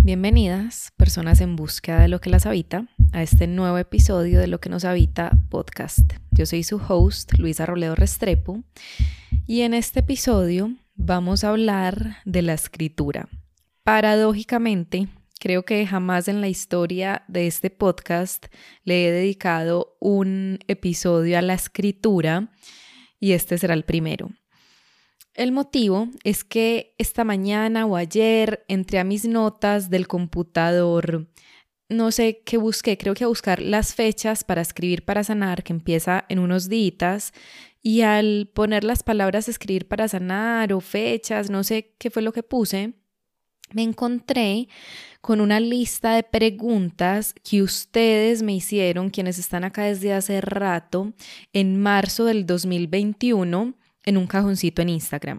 Bienvenidas, personas en búsqueda de lo que las habita, a este nuevo episodio de Lo que nos habita podcast. Yo soy su host, Luisa Robledo Restrepo, y en este episodio vamos a hablar de la escritura. Paradójicamente, creo que jamás en la historia de este podcast le he dedicado un episodio a la escritura, y este será el primero. El motivo es que esta mañana o ayer entré a mis notas del computador, no sé qué busqué, creo que a buscar las fechas para escribir para sanar, que empieza en unos días, y al poner las palabras escribir para sanar o fechas, no sé qué fue lo que puse, me encontré con una lista de preguntas que ustedes me hicieron, quienes están acá desde hace rato, en marzo del 2021, en un cajoncito en Instagram.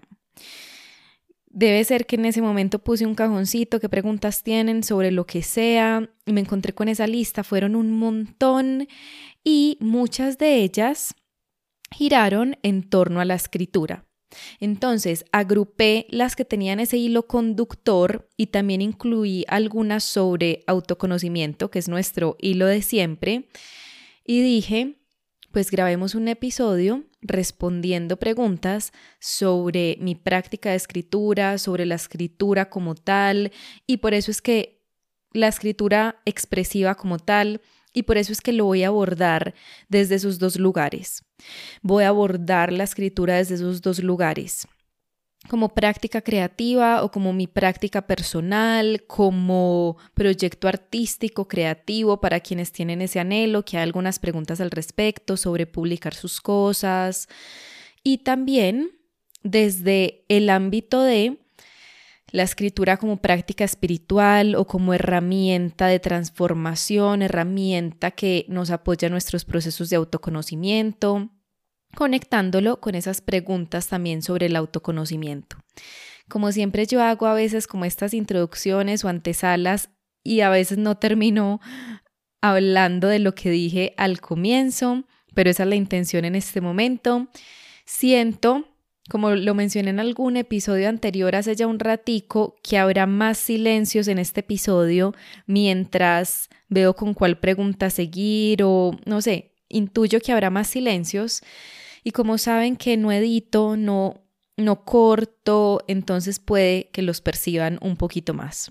Debe ser que en ese momento puse un cajoncito, qué preguntas tienen sobre lo que sea, y me encontré con esa lista, fueron un montón y muchas de ellas giraron en torno a la escritura. Entonces agrupé las que tenían ese hilo conductor y también incluí algunas sobre autoconocimiento, que es nuestro hilo de siempre, y dije, pues grabemos un episodio respondiendo preguntas sobre mi práctica de escritura, sobre la escritura como tal, y por eso es que la escritura expresiva como tal, y por eso es que lo voy a abordar desde esos dos lugares. Voy a abordar la escritura desde esos dos lugares, como práctica creativa o como mi práctica personal, como proyecto artístico, creativo para quienes tienen ese anhelo, que hay algunas preguntas al respecto sobre publicar sus cosas, y también desde el ámbito de la escritura como práctica espiritual o como herramienta de transformación, herramienta que nos apoya en nuestros procesos de autoconocimiento, conectándolo con esas preguntas también sobre el autoconocimiento. Como siempre yo hago a veces como estas introducciones o antesalas y a veces no termino hablando de lo que dije al comienzo, pero esa es la intención en este momento. Siento, como lo mencioné en algún episodio anterior hace ya un ratico, que habrá más silencios en este episodio mientras veo con cuál pregunta seguir o no sé, intuyo que habrá más silencios. Y como saben que no edito, no corto, entonces puede que los perciban un poquito más.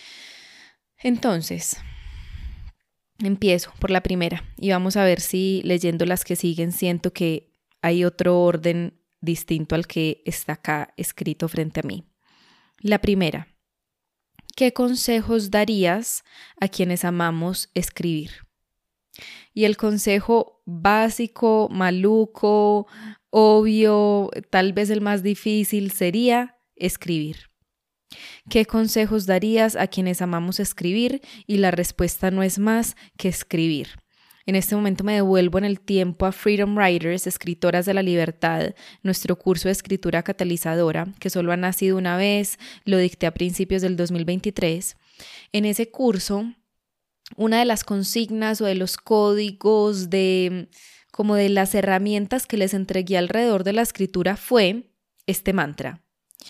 Entonces, empiezo por la primera y vamos a ver si leyendo las que siguen siento que hay otro orden distinto al que está acá escrito frente a mí. La primera, ¿qué consejos darías a quienes amamos escribir? Y el consejo básico, maluco, obvio, tal vez el más difícil sería escribir. ¿Qué consejos darías a quienes amamos escribir? Y la respuesta no es más que escribir. En este momento me devuelvo en el tiempo a Freedom Writers, Escritoras de la Libertad, nuestro curso de escritura catalizadora, que solo ha nacido una vez, lo dicté a principios del 2023. En ese curso, una de las consignas o de los códigos como de las herramientas que les entregué alrededor de la escritura fue este mantra.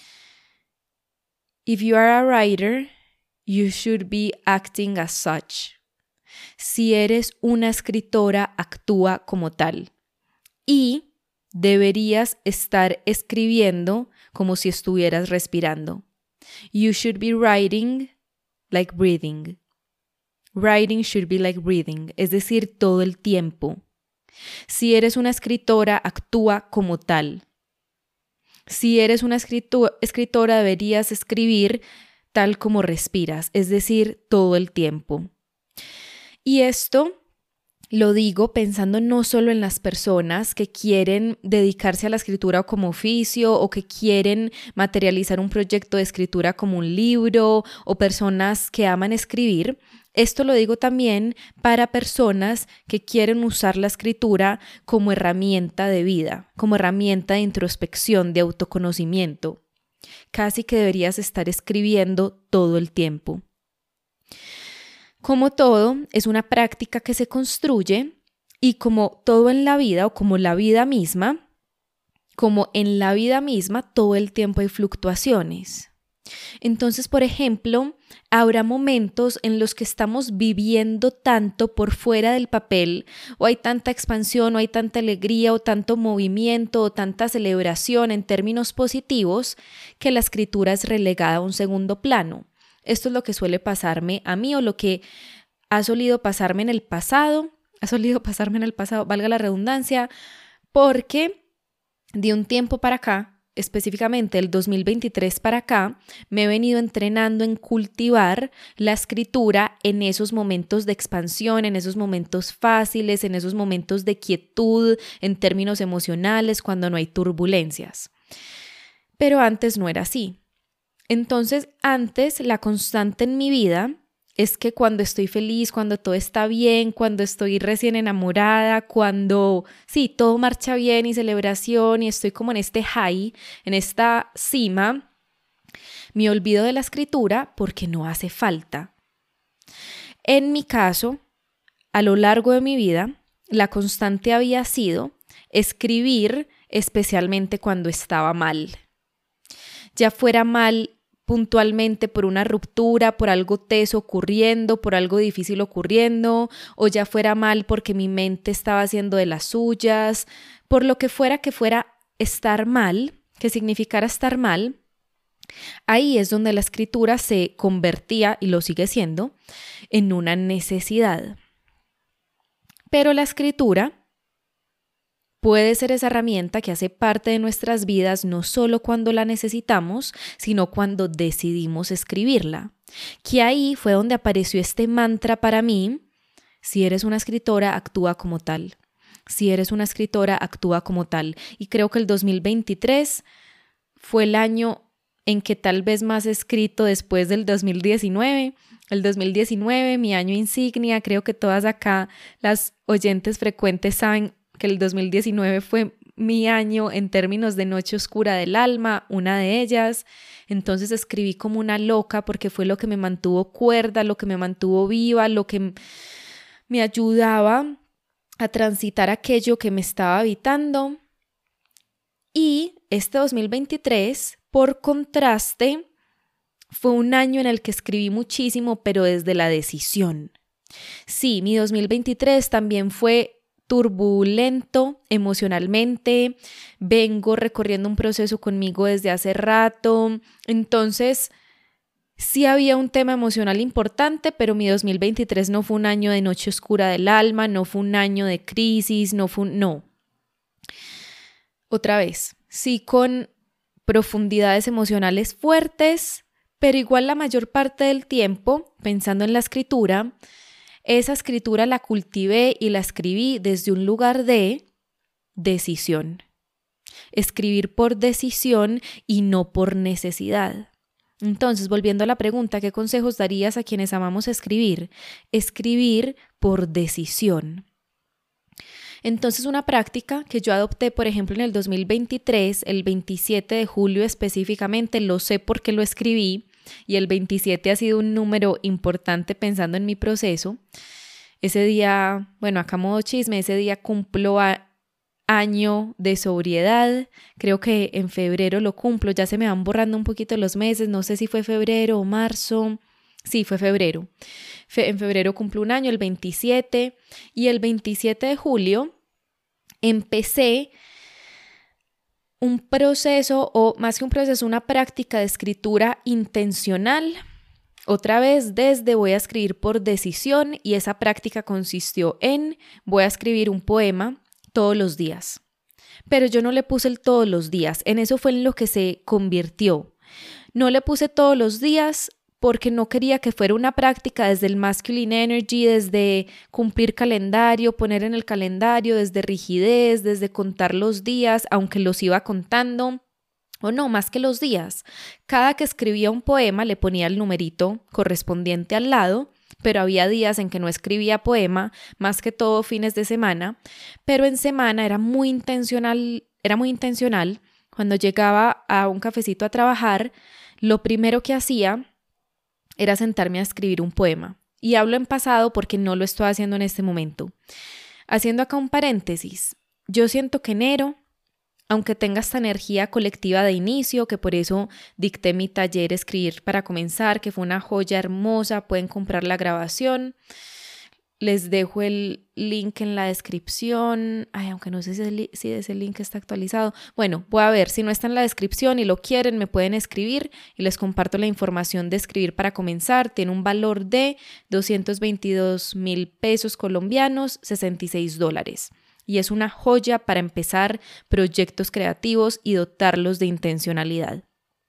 If you are a writer, you should be acting as such. Si eres una escritora, actúa como tal. Y deberías estar escribiendo como si estuvieras respirando. You should be writing like breathing. Writing should be like breathing, es decir, todo el tiempo. Si eres una escritora, actúa como tal. Si eres una escritora, deberías escribir tal como respiras, es decir, todo el tiempo. Y esto lo digo pensando no solo en las personas que quieren dedicarse a la escritura como oficio o que quieren materializar un proyecto de escritura como un libro o personas que aman escribir. Esto lo digo también para personas que quieren usar la escritura como herramienta de vida, como herramienta de introspección, de autoconocimiento. Casi que deberías estar escribiendo todo el tiempo. Como todo, es una práctica que se construye y como todo en la vida o como la vida misma, como en la vida misma todo el tiempo hay fluctuaciones. Entonces, por ejemplo, habrá momentos en los que estamos viviendo tanto por fuera del papel, o hay tanta expansión, o hay tanta alegría, o tanto movimiento, o tanta celebración en términos positivos, que la escritura es relegada a un segundo plano. Esto es lo que suele pasarme a mí, o lo que ha solido pasarme en el pasado, valga la redundancia, porque de un tiempo para acá, específicamente el 2023 para acá, me he venido entrenando en cultivar la escritura en esos momentos de expansión, en esos momentos fáciles, en esos momentos de quietud, en términos emocionales, cuando no hay turbulencias. Pero antes no era así. Entonces, antes la constante en mi vida es que cuando estoy feliz, cuando todo está bien, cuando estoy recién enamorada, cuando sí, todo marcha bien y celebración y estoy como en este high, en esta cima, me olvido de la escritura porque no hace falta. En mi caso, a lo largo de mi vida, la constante había sido escribir, especialmente cuando estaba mal. Ya fuera mal puntualmente por una ruptura, por algo teso ocurriendo, por algo difícil ocurriendo, o ya fuera mal porque mi mente estaba haciendo de las suyas, por lo que fuera estar mal, que significara estar mal, ahí es donde la escritura se convertía, y lo sigue siendo, en una necesidad. Pero la escritura puede ser esa herramienta que hace parte de nuestras vidas no solo cuando la necesitamos, sino cuando decidimos escribirla. Que ahí fue donde apareció este mantra para mí: si eres una escritora, actúa como tal. Si eres una escritora, actúa como tal. Y creo que el 2023 fue el año en que tal vez más he escrito después del 2019. El 2019, mi año insignia, creo que todas acá las oyentes frecuentes saben que el 2019 fue mi año en términos de noche oscura del alma, una de ellas. Entonces escribí como una loca porque fue lo que me mantuvo cuerda, lo que me mantuvo viva, lo que me ayudaba a transitar aquello que me estaba habitando. Y este 2023, por contraste, fue un año en el que escribí muchísimo, pero desde la decisión. Sí, mi 2023 también fue turbulento emocionalmente, vengo recorriendo un proceso conmigo desde hace rato, entonces sí había un tema emocional importante, pero mi 2023 no fue un año de noche oscura del alma, no fue un año de crisis, no. Otra vez, sí con profundidades emocionales fuertes, pero igual la mayor parte del tiempo, pensando en la escritura, esa escritura la cultivé y la escribí desde un lugar de decisión. Escribir por decisión y no por necesidad. Entonces, volviendo a la pregunta, ¿qué consejos darías a quienes amamos escribir? Escribir por decisión. Entonces, una práctica que yo adopté, por ejemplo, en el 2023, el 27 de julio específicamente, lo sé porque lo escribí, y el 27 ha sido un número importante pensando en mi proceso. Ese día, bueno, acá modo chisme, ese día cumplo año de sobriedad. Creo que en febrero lo cumplo, ya se me van borrando un poquito los meses, no sé si fue febrero o marzo. Sí, fue febrero. En febrero cumplo un año, el 27, y el 27 de julio empecé un proceso, o más que un proceso, una práctica de escritura intencional. Otra vez, desde voy a escribir por decisión, y esa práctica consistió en voy a escribir un poema todos los días. Pero yo no le puse el todos los días, en eso fue en lo que se convirtió. No le puse todos los días porque no quería que fuera una práctica desde el masculine energy, desde cumplir calendario, poner en el calendario, desde rigidez, desde contar los días, aunque los iba contando. O no, más que los días. Cada que escribía un poema le ponía el numerito correspondiente al lado, pero había días en que no escribía poema, más que todo fines de semana, pero en semana era muy intencional. Cuando llegaba a un cafecito a trabajar, lo primero que hacía era sentarme a escribir un poema. Y hablo en pasado porque no lo estoy haciendo en este momento. Haciendo acá un paréntesis, yo siento que enero aunque tenga esta energía colectiva de inicio, que por eso dicté mi taller Escribir para Comenzar, que fue una joya hermosa, pueden comprar la grabación. Les dejo el link en la descripción. Ay, aunque no sé si ese link está actualizado. Bueno, voy a ver. Si no está en la descripción y lo quieren, me pueden escribir y les comparto la información de Escribir para Comenzar. Tiene un valor de 222,000 pesos colombianos, $66. Y es una joya para empezar proyectos creativos y dotarlos de intencionalidad.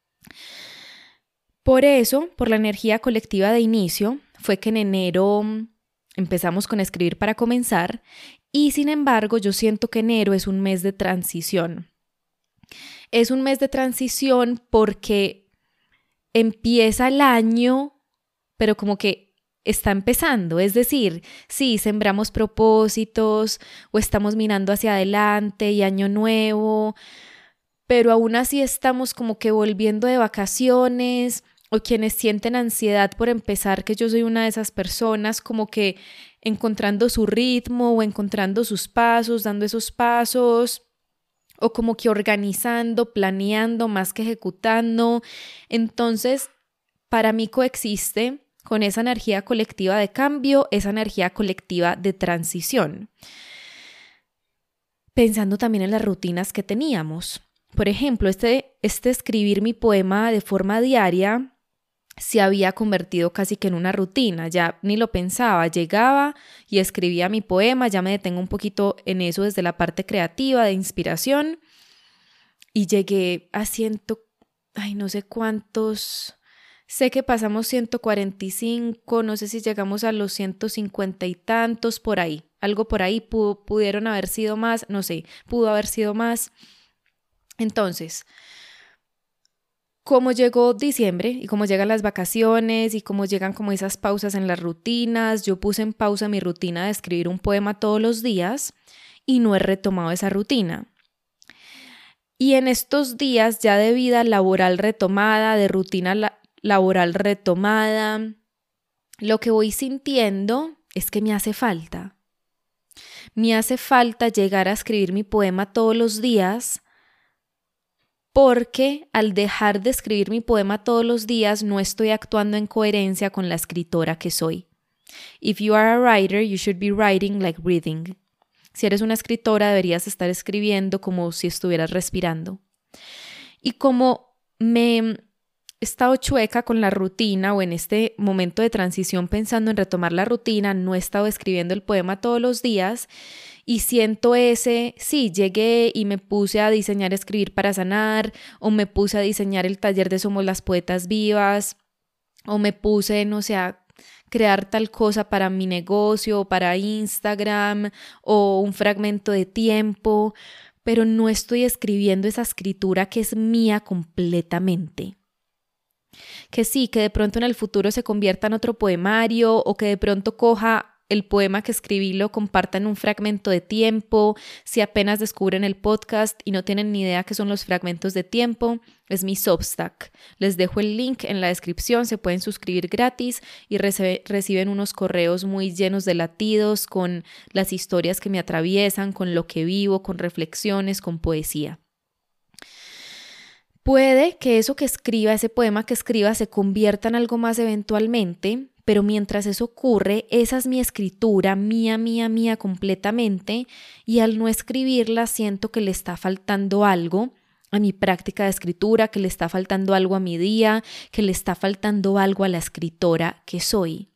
Por eso, por la energía colectiva de inicio, fue que en enero empezamos con Escribir para Comenzar y sin embargo yo siento que enero es un mes de transición. Es un mes de transición porque empieza el año, pero como que está empezando, es decir, sí, sembramos propósitos o estamos mirando hacia adelante y año nuevo, pero aún así estamos como que volviendo de vacaciones. O quienes sienten ansiedad por empezar, que yo soy una de esas personas, como que encontrando su ritmo o encontrando sus pasos, dando esos pasos, o como que organizando, planeando más que ejecutando. Entonces, para mí coexiste con esa energía colectiva de cambio, esa energía colectiva de transición. Pensando también en las rutinas que teníamos. Por ejemplo, este escribir mi poema de forma diaria se había convertido casi que en una rutina, ya ni lo pensaba, llegaba y escribía mi poema, ya me detengo un poquito en eso desde la parte creativa, de inspiración, y llegué a no sé cuántos, sé que pasamos 145, no sé si llegamos a los 150 y tantos, por ahí, algo por ahí, pudieron haber sido más, no sé, pudo haber sido más. Entonces, como llegó diciembre y como llegan las vacaciones y como llegan como esas pausas en las rutinas, yo puse en pausa mi rutina de escribir un poema todos los días y no he retomado esa rutina. Y en estos días ya de vida laboral retomada, de rutina laboral retomada, lo que voy sintiendo es que me hace falta. Me hace falta llegar a escribir mi poema todos los días, porque al dejar de escribir mi poema todos los días no estoy actuando en coherencia con la escritora que soy. If you are a writer, you should be writing like breathing. Si eres una escritora, deberías estar escribiendo como si estuvieras respirando. Y como me he estado chueca con la rutina o en este momento de transición pensando en retomar la rutina, no he estado escribiendo el poema todos los días. Y siento sí, llegué y me puse a diseñar Escribir para Sanar, o me puse a diseñar el taller de Somos las Poetas Vivas, o me puse, no sé, a crear tal cosa para mi negocio, para Instagram, o un fragmento de tiempo, pero no estoy escribiendo esa escritura que es mía completamente. Que sí, que de pronto en el futuro se convierta en otro poemario, o que de pronto coja el poema que escribí, lo comparta en un fragmento de tiempo. Si apenas descubren el podcast y no tienen ni idea qué son los fragmentos de tiempo, es mi Substack. Les dejo el link en la descripción, se pueden suscribir gratis y reciben unos correos muy llenos de latidos con las historias que me atraviesan, con lo que vivo, con reflexiones, con poesía. Puede que eso que escriba, ese poema que escriba, se convierta en algo más eventualmente, pero mientras eso ocurre, esa es mi escritura, mía completamente, y al no escribirla siento que le está faltando algo a mi práctica de escritura, que le está faltando algo a mi día, que le está faltando algo a la escritora que soy.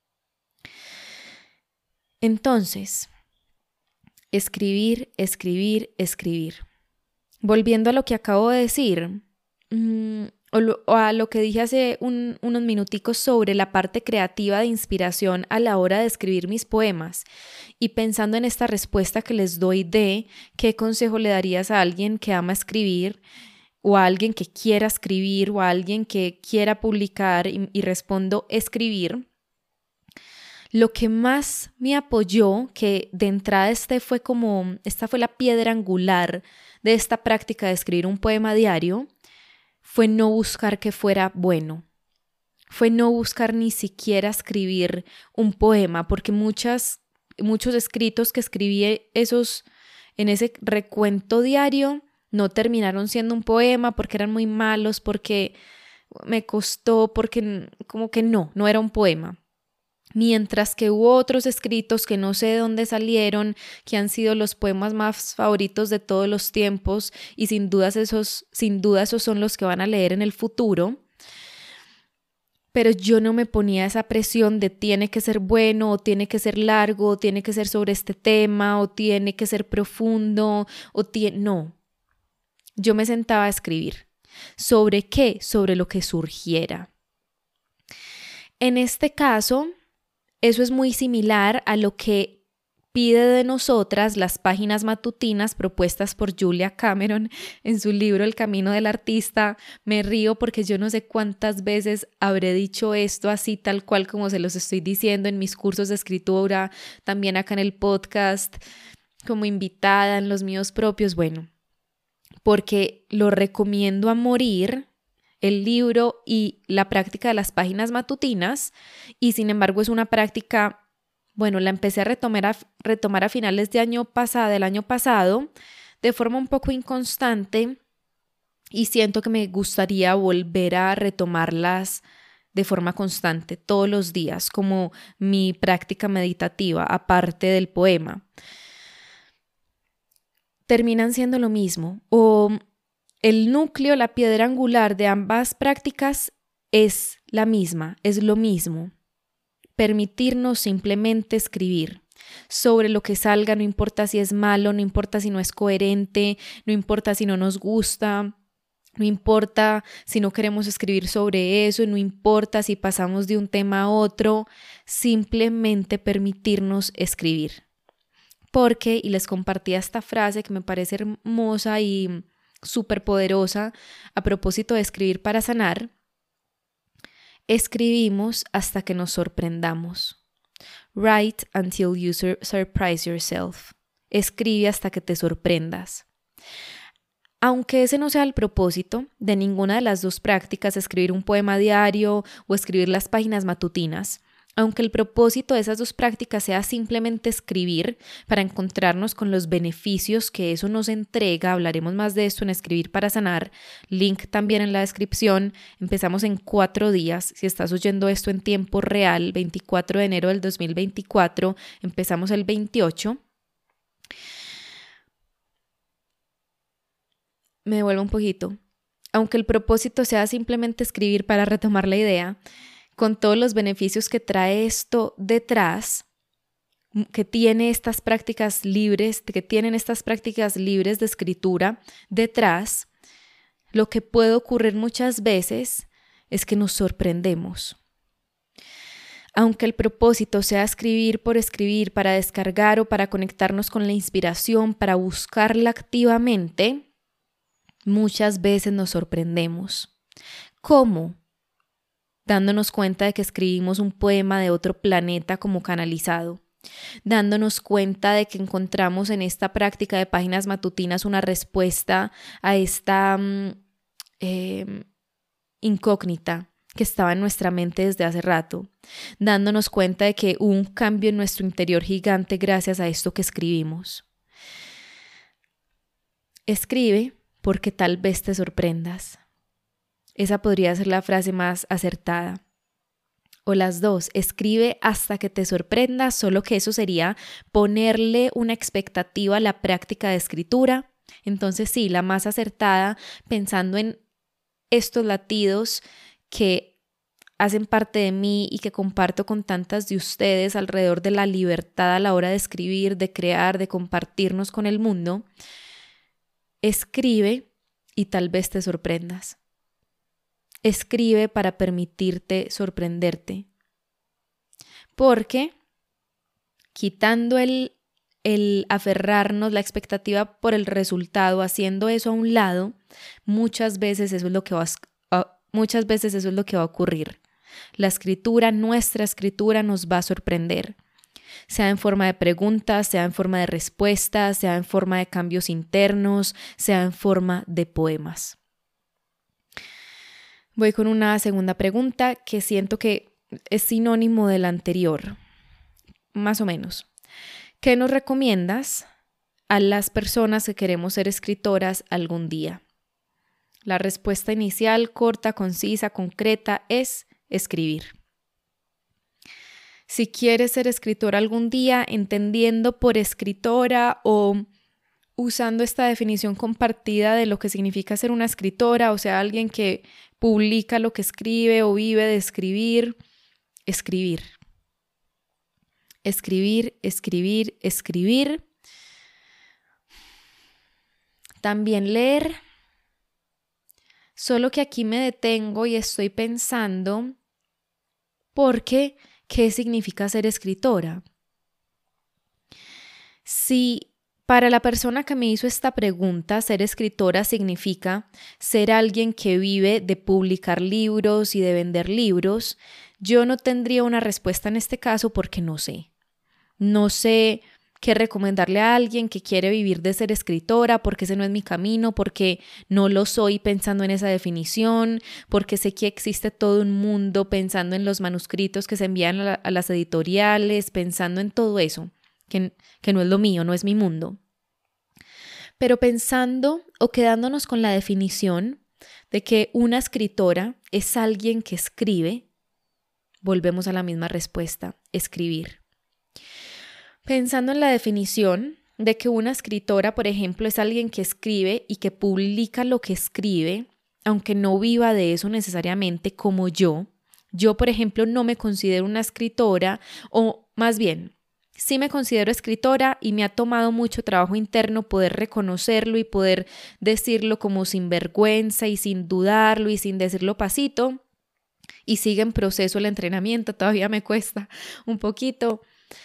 Entonces, escribir. Volviendo a lo que acabo de decir, o a lo que dije hace unos minuticos sobre la parte creativa de inspiración a la hora de escribir mis poemas, y pensando en esta respuesta que les doy de qué consejo le darías a alguien que ama escribir, o a alguien que quiera escribir, o a alguien que quiera publicar, y respondo escribir. Lo que más me apoyó, que de entrada esta fue la piedra angular de esta práctica de escribir un poema diario, fue no buscar que fuera bueno. Fue no buscar ni siquiera escribir un poema, porque muchos escritos que escribí en ese recuento diario no terminaron siendo un poema porque eran muy malos, porque me costó, porque como que no era un poema. Mientras que hubo otros escritos que no sé de dónde salieron, que han sido los poemas más favoritos de todos los tiempos y sin duda esos son los que van a leer en el futuro. Pero yo no me ponía esa presión de tiene que ser bueno, o tiene que ser largo, o tiene que ser sobre este tema, o tiene que ser profundo, no. Yo me sentaba a escribir. ¿Sobre qué? Sobre lo que surgiera. En este caso, eso es muy similar a lo que pide de nosotras las páginas matutinas propuestas por Julia Cameron en su libro El Camino del Artista. Me río porque yo no sé cuántas veces habré dicho esto así tal cual como se los estoy diciendo en mis cursos de escritura, también acá en el podcast, como invitada en los míos propios. Bueno, porque lo recomiendo a morir, el libro y la práctica de las páginas matutinas, y sin embargo es una práctica, bueno, la empecé a retomar a finales del año pasado, de forma un poco inconstante, y siento que me gustaría volver a retomarlas de forma constante, todos los días, como mi práctica meditativa, aparte del poema. Terminan siendo lo mismo, o el núcleo, la piedra angular de ambas prácticas es la misma, es lo mismo. Permitirnos simplemente escribir sobre lo que salga, no importa si es malo, no importa si no es coherente, no importa si no nos gusta, no importa si no queremos escribir sobre eso, no importa si pasamos de un tema a otro, simplemente permitirnos escribir. Porque, y les compartí esta frase que me parece hermosa y súper poderosa a propósito de escribir para sanar, escribimos hasta que nos sorprendamos. Write until you surprise yourself. Escribe hasta que te sorprendas. Aunque ese no sea el propósito de ninguna de las dos prácticas, escribir un poema diario o escribir las páginas matutinas, aunque el propósito de esas dos prácticas sea simplemente escribir para encontrarnos con los beneficios que eso nos entrega, hablaremos más de esto en Escribir para Sanar, link también en la descripción. Empezamos en 4 días, si estás oyendo esto en tiempo real, 24 de enero del 2024, empezamos el 28. Me devuelvo un poquito. Aunque el propósito sea simplemente escribir para retomar la idea, con todos los beneficios que trae esto detrás, que tienen estas prácticas libres de escritura detrás, lo que puede ocurrir muchas veces es que nos sorprendemos. Aunque el propósito sea escribir, para descargar o para conectarnos con la inspiración, para buscarla activamente, muchas veces nos sorprendemos. ¿Cómo? Dándonos cuenta de que escribimos un poema de otro planeta como canalizado, dándonos cuenta de que encontramos en esta práctica de páginas matutinas una respuesta a esta incógnita que estaba en nuestra mente desde hace rato, dándonos cuenta de que hubo un cambio en nuestro interior gigante gracias a esto que escribimos. Escribe porque tal vez te sorprendas. Esa podría ser la frase más acertada. O las dos, escribe hasta que te sorprendas, solo que eso sería ponerle una expectativa a la práctica de escritura. Entonces sí, la más acertada, pensando en estos latidos que hacen parte de mí y que comparto con tantas de ustedes alrededor de la libertad a la hora de escribir, de crear, de compartirnos con el mundo. Escribe y tal vez te sorprendas. Escribe para permitirte sorprenderte. Porque quitando el aferrarnos, la expectativa por el resultado, haciendo eso a un lado, muchas veces eso es lo que va a ocurrir. La escritura, nuestra escritura nos va a sorprender. Sea en forma de preguntas, sea en forma de respuestas, sea en forma de cambios internos, sea en forma de poemas. Voy con una segunda pregunta que siento que es sinónimo de la anterior, más o menos. ¿Qué nos recomiendas a las personas que queremos ser escritoras algún día? La respuesta inicial, corta, concisa, concreta, es escribir. Si quieres ser escritora algún día, entendiendo por escritora o usando esta definición compartida de lo que significa ser una escritora, o sea, alguien que publica lo que escribe o vive de escribir, escribir. Escribir, escribir, escribir. También leer. Solo que aquí me detengo y estoy pensando, porque, ¿qué significa ser escritora? Si para la persona que me hizo esta pregunta, ser escritora significa ser alguien que vive de publicar libros y de vender libros, yo no tendría una respuesta en este caso porque no sé. No sé qué recomendarle a alguien que quiere vivir de ser escritora, porque ese no es mi camino, porque no lo soy pensando en esa definición, porque sé que existe todo un mundo pensando en los manuscritos que se envían a las editoriales, pensando en todo eso, que no es lo mío, no es mi mundo. Pero pensando o quedándonos con la definición de que una escritora es alguien que escribe, volvemos a la misma respuesta, escribir. Pensando en la definición de que una escritora, por ejemplo, es alguien que escribe y que publica lo que escribe, aunque no viva de eso necesariamente como yo. Yo, por ejemplo, no me considero una escritora, o más bien, sí me considero escritora y me ha tomado mucho trabajo interno poder reconocerlo y poder decirlo como sin vergüenza y sin dudarlo y sin decirlo pasito. Y sigue en proceso el entrenamiento, todavía me cuesta un poquito.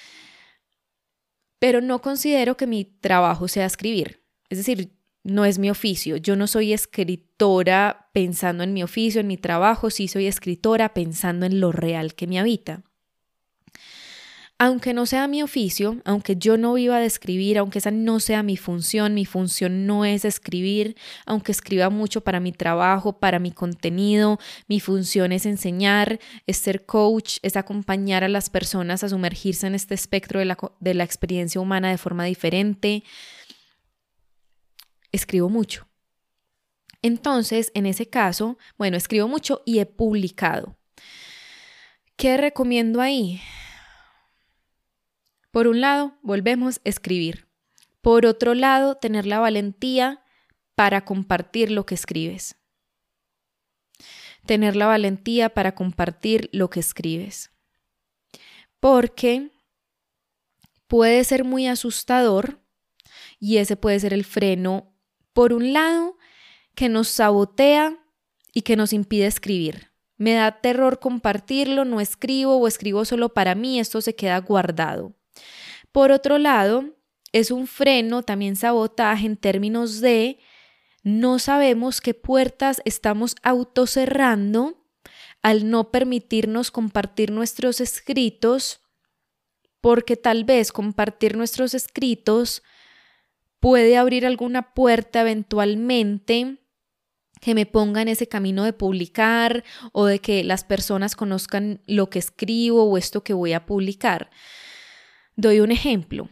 Pero no considero que mi trabajo sea escribir. Es decir, no es mi oficio. Yo no soy escritora pensando en mi oficio, en mi trabajo. Sí soy escritora pensando en lo real que me habita. Aunque no sea mi oficio, aunque yo no viva de escribir, aunque esa no sea mi función no es escribir, aunque escriba mucho para mi trabajo, para mi contenido, mi función es enseñar, es ser coach, es acompañar a las personas a sumergirse en este espectro de la experiencia humana de forma diferente. Escribo mucho. Entonces, en ese caso, escribo mucho y he publicado. ¿Qué recomiendo ahí? Por un lado, volvemos a escribir. Por otro lado, tener la valentía para compartir lo que escribes. Tener la valentía para compartir lo que escribes. Porque puede ser muy asustador y ese puede ser el freno, por un lado, que nos sabotea y que nos impide escribir. Me da terror compartirlo, no escribo o escribo solo para mí, esto se queda guardado. Por otro lado, es un freno, también sabotaje en términos de no sabemos qué puertas estamos autocerrando al no permitirnos compartir nuestros escritos, porque tal vez compartir nuestros escritos puede abrir alguna puerta eventualmente que me ponga en ese camino de publicar o de que las personas conozcan lo que escribo o esto que voy a publicar. Doy un ejemplo.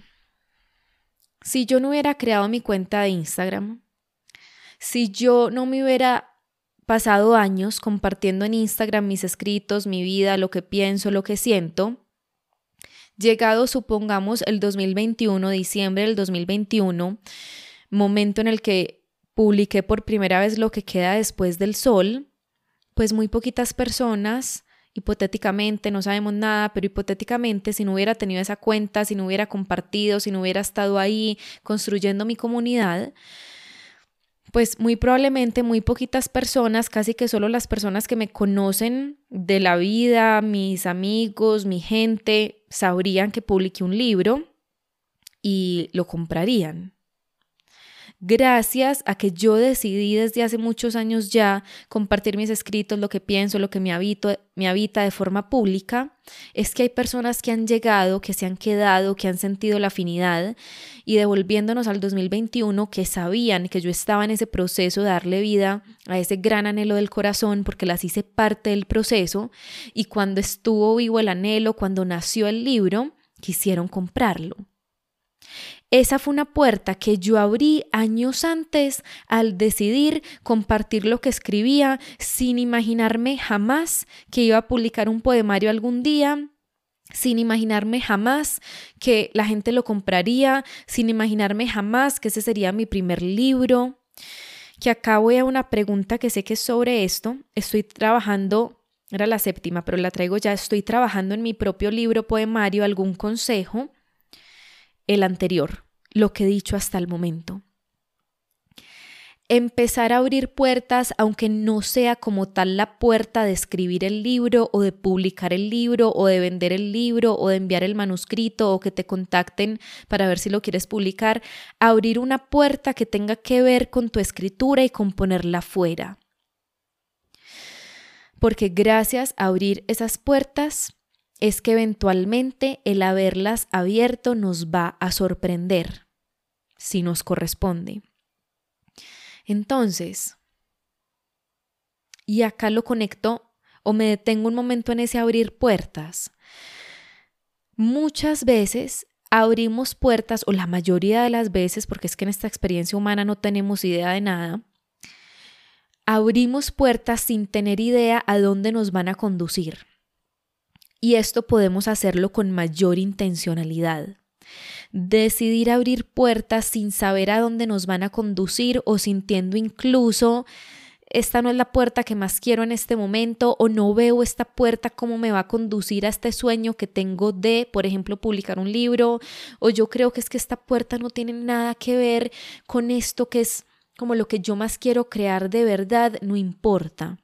Si yo no hubiera creado mi cuenta de Instagram, si yo no me hubiera pasado años compartiendo en Instagram mis escritos, mi vida, lo que pienso, lo que siento, llegado, supongamos, el 2021, diciembre del 2021, momento en el que publiqué por primera vez Lo que queda después del sol, pues muy poquitas personas, hipotéticamente, no sabemos nada, pero hipotéticamente, si no hubiera tenido esa cuenta, si no hubiera compartido, si no hubiera estado ahí construyendo mi comunidad, pues muy probablemente muy poquitas personas, casi que solo las personas que me conocen de la vida, mis amigos, mi gente, sabrían que publiqué un libro y lo comprarían. Gracias a que yo decidí desde hace muchos años ya compartir mis escritos, lo que pienso, lo que me habita de forma pública, es que hay personas que han llegado, que se han quedado, que han sentido la afinidad y devolviéndonos al 2021 que sabían que yo estaba en ese proceso de darle vida a ese gran anhelo del corazón porque las hice parte del proceso y cuando estuvo vivo el anhelo, cuando nació el libro, quisieron comprarlo. esa fue una puerta que yo abrí años antes al decidir compartir lo que escribía sin imaginarme jamás que iba a publicar un poemario algún día, sin imaginarme jamás que la gente lo compraría, sin imaginarme jamás que ese sería mi primer libro. Que acá voy a una pregunta que sé que es sobre esto. Estoy trabajando, era la 7ª, pero la traigo ya. Estoy trabajando en mi propio libro poemario. ¿Algún consejo? El anterior, lo que he dicho hasta el momento. Empezar a abrir puertas, aunque no sea como tal la puerta de escribir el libro o de publicar el libro o de vender el libro o de enviar el manuscrito o que te contacten para ver si lo quieres publicar. Abrir una puerta que tenga que ver con tu escritura y con ponerla fuera. Porque gracias a abrir esas puertas es que eventualmente el haberlas abierto nos va a sorprender, si nos corresponde. Entonces, y acá lo conecto o me detengo un momento en ese abrir puertas. Muchas veces abrimos puertas, o la mayoría de las veces, porque es que en esta experiencia humana no tenemos idea de nada, abrimos puertas sin tener idea a dónde nos van a conducir. Y esto podemos hacerlo con mayor intencionalidad. Decidir abrir puertas sin saber a dónde nos van a conducir o sintiendo incluso esta no es la puerta que más quiero en este momento o no veo esta puerta cómo me va a conducir a este sueño que tengo de, por ejemplo, publicar un libro, o yo creo que es que esta puerta no tiene nada que ver con esto que es como lo que yo más quiero crear de verdad, no importa.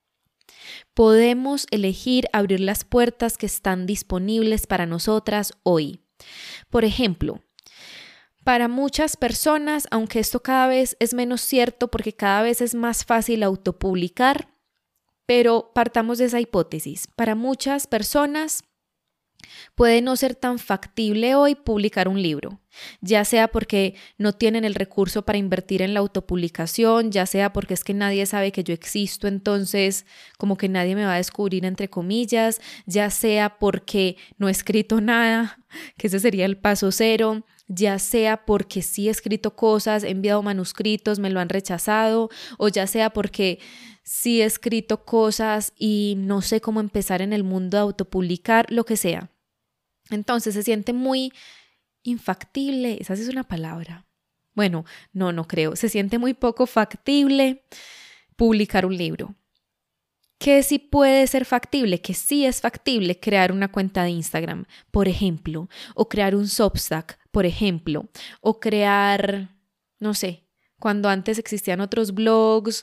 Podemos elegir abrir las puertas que están disponibles para nosotras hoy. Por ejemplo, para muchas personas, aunque esto cada vez es menos cierto porque cada vez es más fácil autopublicar, pero partamos de esa hipótesis. Para muchas personas puede no ser tan factible hoy publicar un libro, ya sea porque no tienen el recurso para invertir en la autopublicación, ya sea porque es que nadie sabe que yo existo, entonces como que nadie me va a descubrir entre comillas, ya sea porque no he escrito nada, que ese sería el paso 0, ya sea porque sí he escrito cosas, he enviado manuscritos, me lo han rechazado, o ya sea porque sí he escrito cosas y no sé cómo empezar en el mundo de autopublicar, lo que sea. Entonces se siente muy infactible, esa sí es una palabra. Bueno, no creo, se siente muy poco factible publicar un libro. ¿Qué sí puede ser factible? Que sí es factible crear una cuenta de Instagram, por ejemplo, o crear un Substack, por ejemplo, o crear, no sé, cuando antes existían otros blogs.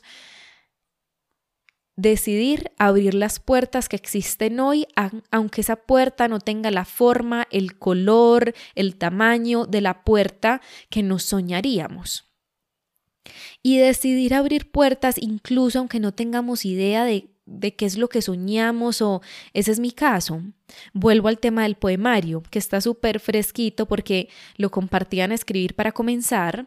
Decidir abrir las puertas que existen hoy, aunque esa puerta no tenga la forma, el color, el tamaño de la puerta que nos soñaríamos. Y decidir abrir puertas incluso aunque no tengamos idea de qué es lo que soñamos, o ese es mi caso. Vuelvo al tema del poemario, que está súper fresquito porque lo compartían a escribir para comenzar.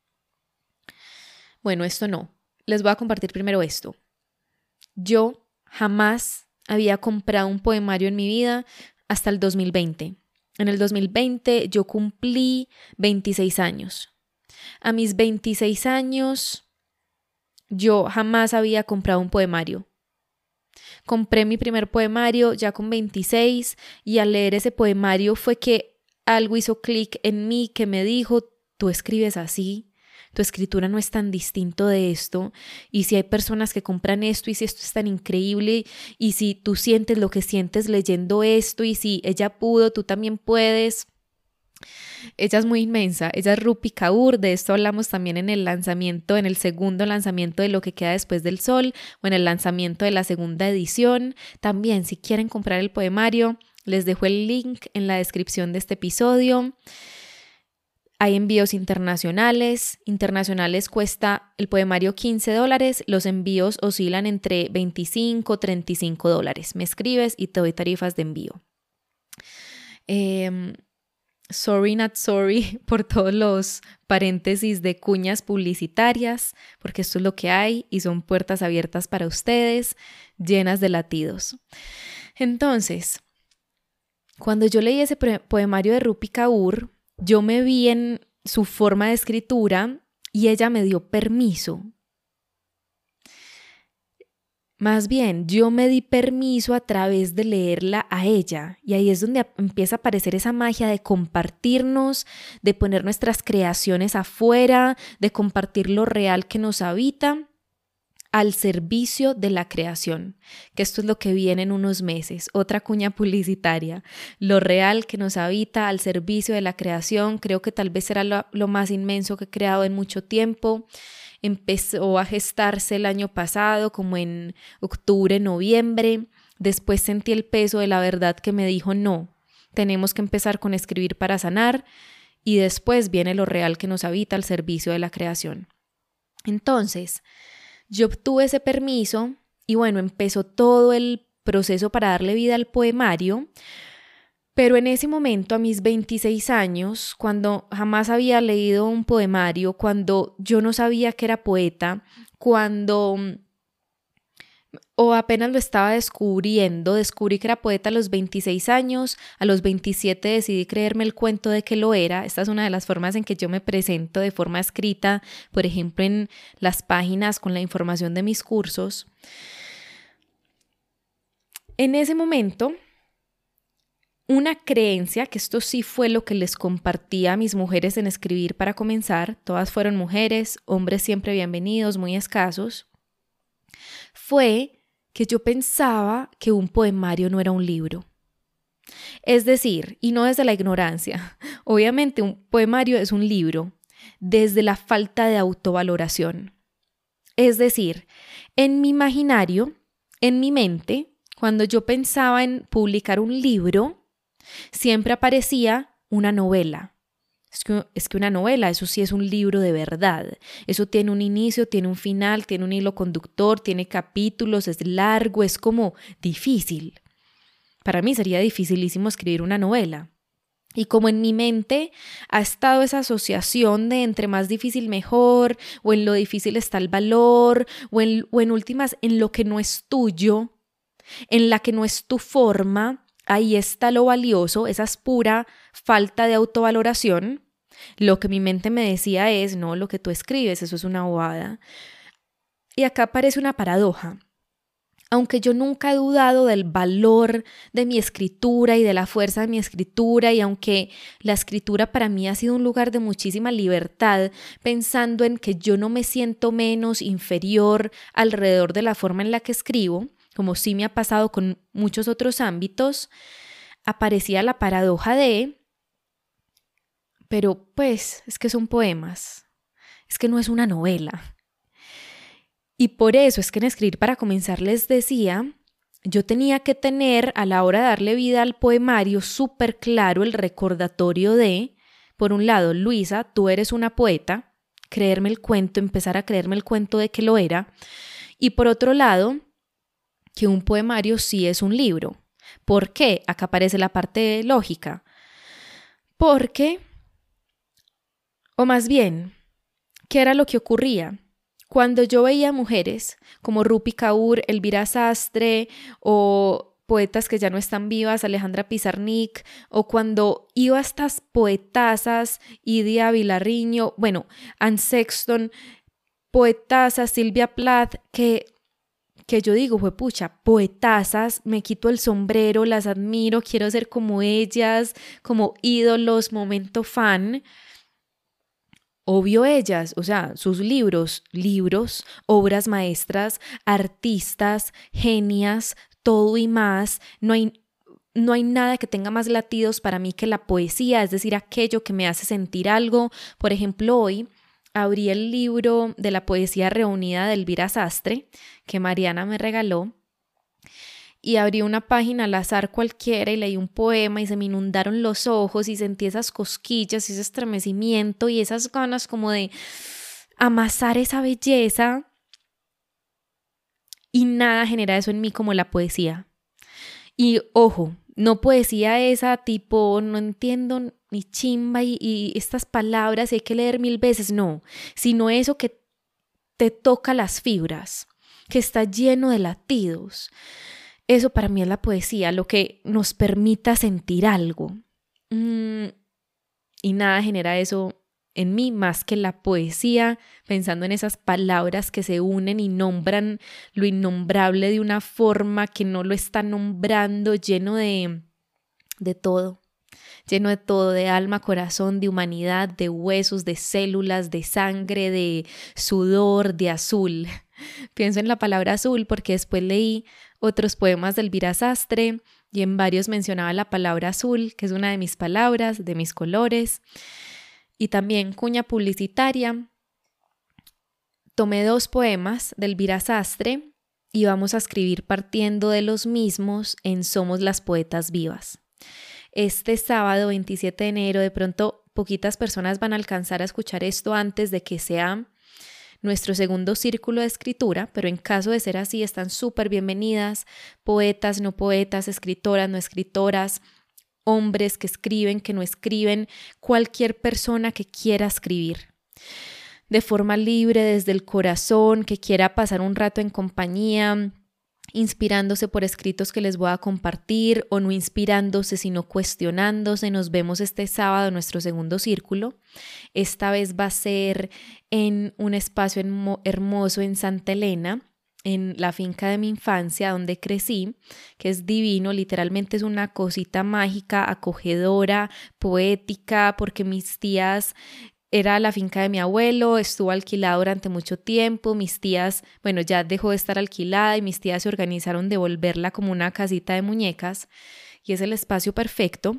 Bueno, esto no. Les voy a compartir primero esto. Yo jamás había comprado un poemario en mi vida hasta el 2020. En el 2020 yo cumplí 26 años. A mis 26 años yo jamás había comprado un poemario. Compré mi primer poemario ya con 26 y al leer ese poemario fue que algo hizo clic en mí que me dijo, tú escribes así. Tu escritura no es tan distinto de esto, y si hay personas que compran esto y si esto es tan increíble y si tú sientes lo que sientes leyendo esto y si ella pudo, tú también puedes. Ella es muy inmensa, ella es Rupi Kaur, de esto hablamos también en el lanzamiento, en el segundo lanzamiento de Lo que queda después del sol o en el lanzamiento de la segunda edición. También si quieren comprar el poemario, les dejo el link en la descripción de este episodio. Hay envíos internacionales. Internacionales cuesta el poemario $15. Los envíos oscilan entre $25 y $35. Me escribes y te doy tarifas de envío. Sorry, not sorry por todos los paréntesis de cuñas publicitarias, porque esto es lo que hay y son puertas abiertas para ustedes, llenas de latidos. Entonces, cuando yo leí ese poemario de Rupi Kaur, yo me vi en su forma de escritura y ella me dio permiso. Más bien, yo me di permiso a través de leerla a ella, y ahí es donde empieza a aparecer esa magia de compartirnos, de poner nuestras creaciones afuera, de compartir lo real que nos habita al servicio de la creación, que esto es lo que viene en unos meses, otra cuña publicitaria, lo real que nos habita al servicio de la creación. Creo que tal vez será lo más inmenso que he creado en mucho tiempo. Empezó a gestarse el año pasado, como en octubre, noviembre. Después sentí el peso de la verdad que me dijo, no, tenemos que empezar con escribir para sanar, y después viene lo real que nos habita al servicio de la creación. Entonces, yo obtuve ese permiso y bueno, empezó todo el proceso para darle vida al poemario. Pero en ese momento, a mis 26 años, cuando jamás había leído un poemario, cuando yo no sabía que era poeta, o apenas lo estaba descubriendo, descubrí que era poeta a los 26 años, a los 27 decidí creerme el cuento de que lo era. Esta es una de las formas en que yo me presento de forma escrita, por ejemplo, en las páginas con la información de mis cursos. En ese momento, una creencia, que esto sí fue lo que les compartí a mis mujeres en escribir para comenzar, todas fueron mujeres, hombres siempre bienvenidos, muy escasos, fue que yo pensaba que un poemario no era un libro. Es decir, y no desde la ignorancia, obviamente un poemario es un libro, desde la falta de autovaloración. Es decir, en mi imaginario, en mi mente, cuando yo pensaba en publicar un libro, siempre aparecía una novela. Es que una novela, eso sí es un libro de verdad. Eso tiene un inicio, tiene un final, tiene un hilo conductor, tiene capítulos, es largo, es como difícil. Para mí sería dificilísimo escribir una novela. Y como en mi mente ha estado esa asociación de entre más difícil mejor, o en lo difícil está el valor, o en últimas en lo que no es tuyo, en la que no es tu forma, ahí está lo valioso. Esa es pura falta de autovaloración. Lo que mi mente me decía es, no, lo que tú escribes, eso es una bobada. Y acá aparece una paradoja. Aunque yo nunca he dudado del valor de mi escritura y de la fuerza de mi escritura, y aunque la escritura para mí ha sido un lugar de muchísima libertad, pensando en que yo no me siento menos, inferior alrededor de la forma en la que escribo, como sí me ha pasado con muchos otros ámbitos, aparecía la paradoja de, pero pues es que son poemas, es que no es una novela. Y por eso es que en Escribir para Comenzar les decía, yo tenía que tener a la hora de darle vida al poemario súper claro el recordatorio de, por un lado, Luisa, tú eres una poeta, creerme el cuento, empezar a creerme el cuento de que lo era, y por otro lado, que un poemario sí es un libro. ¿Por qué? Acá aparece la parte lógica. Porque, o más bien, ¿qué era lo que ocurría? Cuando yo veía mujeres como Rupi Kaur, Elvira Sastre o poetas que ya no están vivas, Alejandra Pizarnik, o cuando iba a estas poetasas, Idia Vilariño, bueno, Anne Sexton, poetasas, Silvia Plath, que yo digo, pucha, poetasas, me quito el sombrero, las admiro, quiero ser como ellas, como ídolos, momento fan. Obvio ellas, o sea, sus libros, obras maestras, artistas, genias, todo y más. No hay nada que tenga más latidos para mí que la poesía, es decir, aquello que me hace sentir algo. Por ejemplo, hoy abrí el libro de la poesía reunida de Elvira Sastre, que Mariana me regaló, y abrí una página al azar cualquiera y leí un poema y se me inundaron los ojos y sentí esas cosquillas y ese estremecimiento y esas ganas como de amasar esa belleza, y nada genera eso en mí como la poesía. Y ojo, no poesía esa tipo, no entiendo ni chimba y estas palabras hay que leer 1000 veces, no, sino eso que te toca las fibras, que está lleno de latidos. Eso para mí es la poesía, lo que nos permita sentir algo. y nada genera eso en mí más que la poesía, pensando en esas palabras que se unen y nombran lo innombrable de una forma que no lo está nombrando, lleno de todo, de alma, corazón, de humanidad, de huesos, de células, de sangre, de sudor, de azul. Pienso en la palabra azul porque después leí otros poemas de Elvira Sastre y en varios mencionaba la palabra azul, que es una de mis palabras, de mis colores. Y también cuña publicitaria. Tomé 2 poemas de Elvira Sastre y vamos a escribir partiendo de los mismos en Somos las Poetas Vivas. Este sábado 27 de enero, de pronto poquitas personas van a alcanzar a escuchar esto antes de que sea nuestro segundo círculo de escritura, pero en caso de ser así están súper bienvenidas, poetas, no poetas, escritoras, no escritoras, hombres que escriben, que no escriben, cualquier persona que quiera escribir de forma libre, desde el corazón, que quiera pasar un rato en compañía, inspirándose por escritos que les voy a compartir o no inspirándose, sino cuestionándose. Nos vemos este sábado en nuestro segundo círculo. Esta vez va a ser en un espacio hermoso en Santa Elena, en la finca de mi infancia donde crecí, que es divino, literalmente es una cosita mágica, acogedora, poética, porque mis tías, era la finca de mi abuelo, estuvo alquilada durante mucho tiempo, mis tías, bueno, ya dejó de estar alquilada y mis tías se organizaron de volverla como una casita de muñecas y es el espacio perfecto.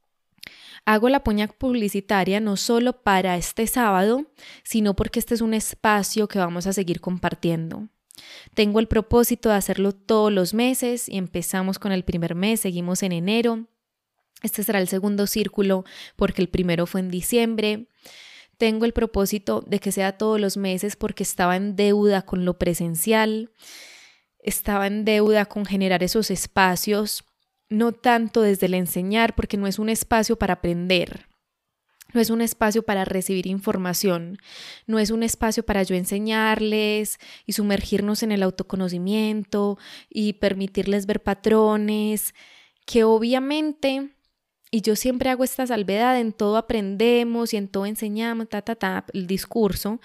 Hago la puña publicitaria no solo para este sábado, sino porque este es un espacio que vamos a seguir compartiendo. Tengo el propósito de hacerlo todos los meses y empezamos con el primer mes, seguimos en enero. Este será el segundo círculo porque el primero fue en diciembre. Tengo el propósito de que sea todos los meses porque estaba en deuda con lo presencial, estaba en deuda con generar esos espacios, no tanto desde el enseñar porque no es un espacio para aprender. No es un espacio para recibir información, no es un espacio para yo enseñarles y sumergirnos en el autoconocimiento y permitirles ver patrones, que obviamente, y yo siempre hago esta salvedad, en todo aprendemos y en todo enseñamos, el discurso,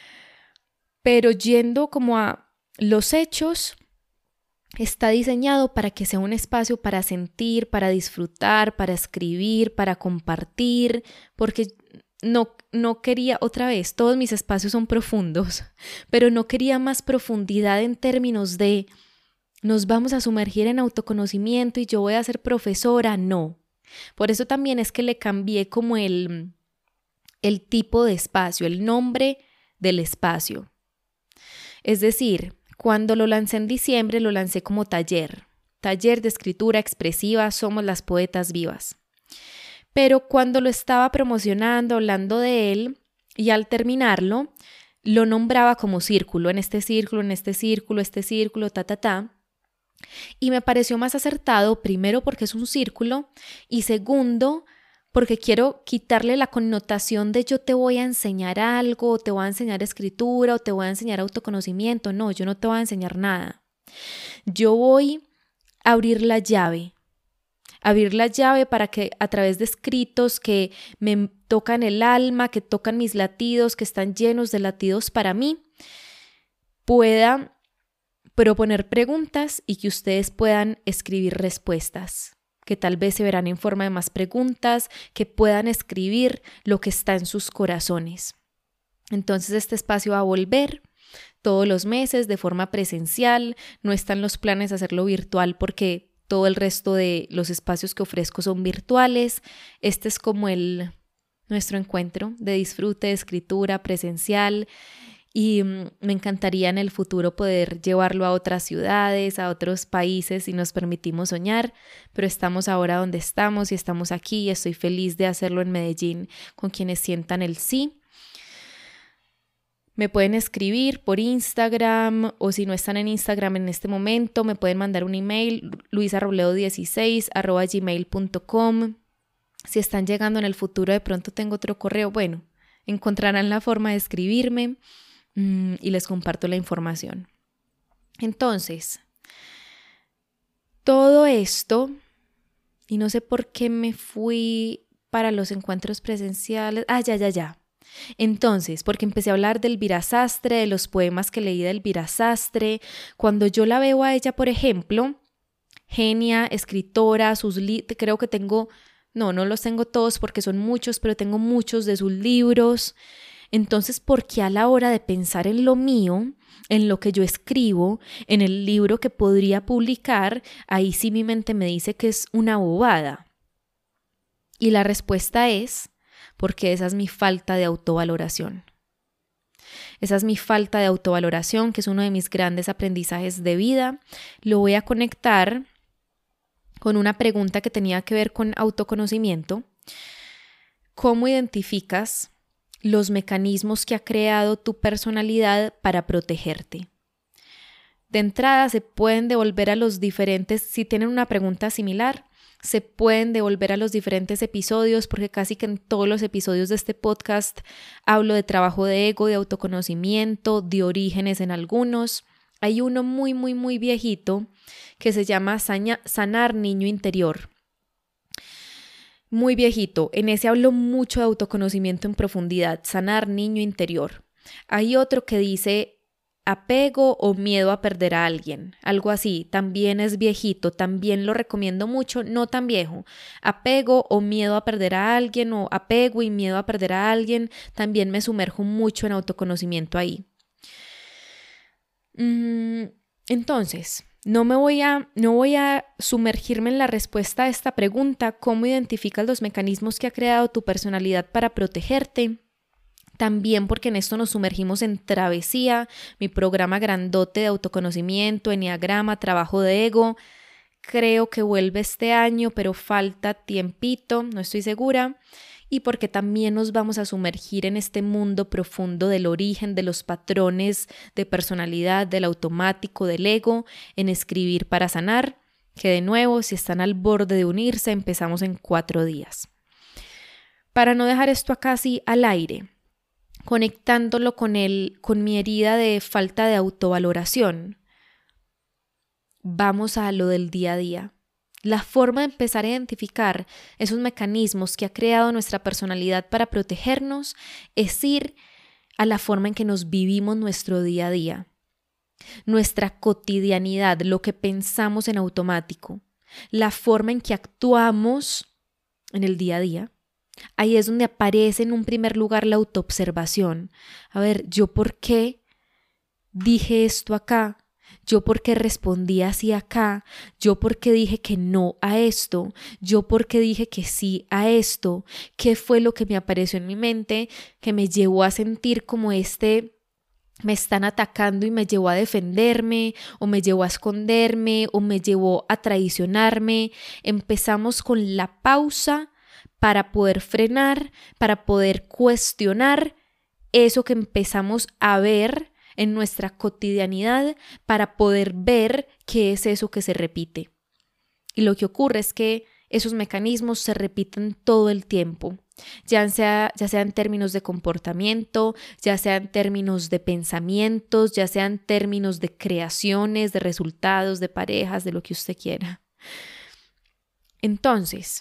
pero yendo como a los hechos, está diseñado para que sea un espacio para sentir, para disfrutar, para escribir, para compartir, porque no quería, otra vez, todos mis espacios son profundos, pero no quería más profundidad en términos de nos vamos a sumergir en autoconocimiento y yo voy a ser profesora, no. Por eso también es que le cambié como el tipo de espacio, el nombre del espacio. Es decir, cuando lo lancé en diciembre, lo lancé como taller de escritura expresiva, Somos las Poetas Vivas. Pero cuando lo estaba promocionando, hablando de él, y al terminarlo, lo nombraba como círculo, en este círculo, este círculo, y me pareció más acertado, primero porque es un círculo, y segundo, porque quiero quitarle la connotación de yo te voy a enseñar algo, o te voy a enseñar escritura, o te voy a enseñar autoconocimiento. No, yo no te voy a enseñar nada. Yo voy a abrir la llave para que a través de escritos que me tocan el alma, que tocan mis latidos, que están llenos de latidos para mí, pueda proponer preguntas y que ustedes puedan escribir respuestas, que tal vez se verán en forma de más preguntas, que puedan escribir lo que está en sus corazones. Entonces este espacio va a volver todos los meses de forma presencial, no están los planes de hacerlo virtual porque todo el resto de los espacios que ofrezco son virtuales. Este es como nuestro encuentro de disfrute, de escritura presencial. Y me encantaría en el futuro poder llevarlo a otras ciudades, a otros países si nos permitimos soñar, pero estamos ahora donde estamos y estamos aquí y estoy feliz de hacerlo en Medellín con quienes sientan el sí. Me pueden escribir por Instagram o si no están en Instagram en este momento me pueden mandar un email luisarrobledo16@gmail.com. Si están llegando en el futuro de pronto tengo otro correo, bueno, encontrarán la forma de escribirme. Y les comparto la información. Entonces, todo esto, y no sé por qué me fui para los encuentros presenciales. Ya. Entonces, porque empecé a hablar de Elvira Sastre, de los poemas que leí de Elvira Sastre. Cuando yo la veo a ella, por ejemplo, genia, escritora, creo que tengo, no los tengo todos porque son muchos, pero tengo muchos de sus libros. Entonces, ¿por qué a la hora de pensar en lo mío, en lo que yo escribo, en el libro que podría publicar, ahí sí mi mente me dice que es una bobada? Y la respuesta es porque esa es mi falta de autovaloración. Esa es mi falta de autovaloración, que es uno de mis grandes aprendizajes de vida. Lo voy a conectar con una pregunta que tenía que ver con autoconocimiento. ¿Cómo identificas los mecanismos que ha creado tu personalidad para protegerte? De entrada se pueden devolver a los diferentes, si tienen una pregunta similar, se pueden devolver a los diferentes episodios, porque casi que en todos los episodios de este podcast hablo de trabajo de ego, de autoconocimiento, de orígenes en algunos. Hay uno muy, muy, muy viejito que se llama Sanar Niño Interior. Muy viejito. En ese hablo mucho de autoconocimiento en profundidad. Sanar Niño Interior. Hay otro que dice apego o miedo a perder a alguien. Algo así. También es viejito. También lo recomiendo mucho. No tan viejo. Apego o miedo a perder a alguien, o apego y miedo a perder a alguien. También me sumerjo mucho en autoconocimiento ahí. Entonces, no voy a sumergirme en la respuesta a esta pregunta, ¿cómo identificas los mecanismos que ha creado tu personalidad para protegerte? También porque en esto nos sumergimos en Travesía, mi programa grandote de autoconocimiento, Enneagrama, trabajo de ego. Creo que vuelve este año, pero falta tiempito, no estoy segura. Y porque también nos vamos a sumergir en este mundo profundo del origen, de los patrones de personalidad, del automático, del ego, en Escribir para Sanar, que de nuevo, si están al borde de unirse, empezamos en 4 días. Para no dejar esto acá así al aire, conectándolo con mi herida de falta de autovaloración, vamos a lo del día a día. La forma de empezar a identificar esos mecanismos que ha creado nuestra personalidad para protegernos es ir a la forma en que nos vivimos nuestro día a día, nuestra cotidianidad, lo que pensamos en automático, la forma en que actuamos en el día a día. Ahí es donde aparece en un primer lugar la autoobservación. A ver, ¿yo por qué dije esto acá? ¿Yo por qué respondí así acá? ¿Yo por qué dije que no a esto? ¿Yo por qué dije que sí a esto? ¿Qué fue lo que me apareció en mi mente que me llevó a sentir como me están atacando y me llevó a defenderme, o me llevó a esconderme, o me llevó a traicionarme? Empezamos con la pausa para poder frenar, para poder cuestionar eso que empezamos a ver en nuestra cotidianidad, para poder ver qué es eso que se repite. Y lo que ocurre es que esos mecanismos se repiten todo el tiempo, ya sea en términos de comportamiento, ya sea en términos de pensamientos, ya sea en términos de creaciones, de resultados, de parejas, de lo que usted quiera. Entonces,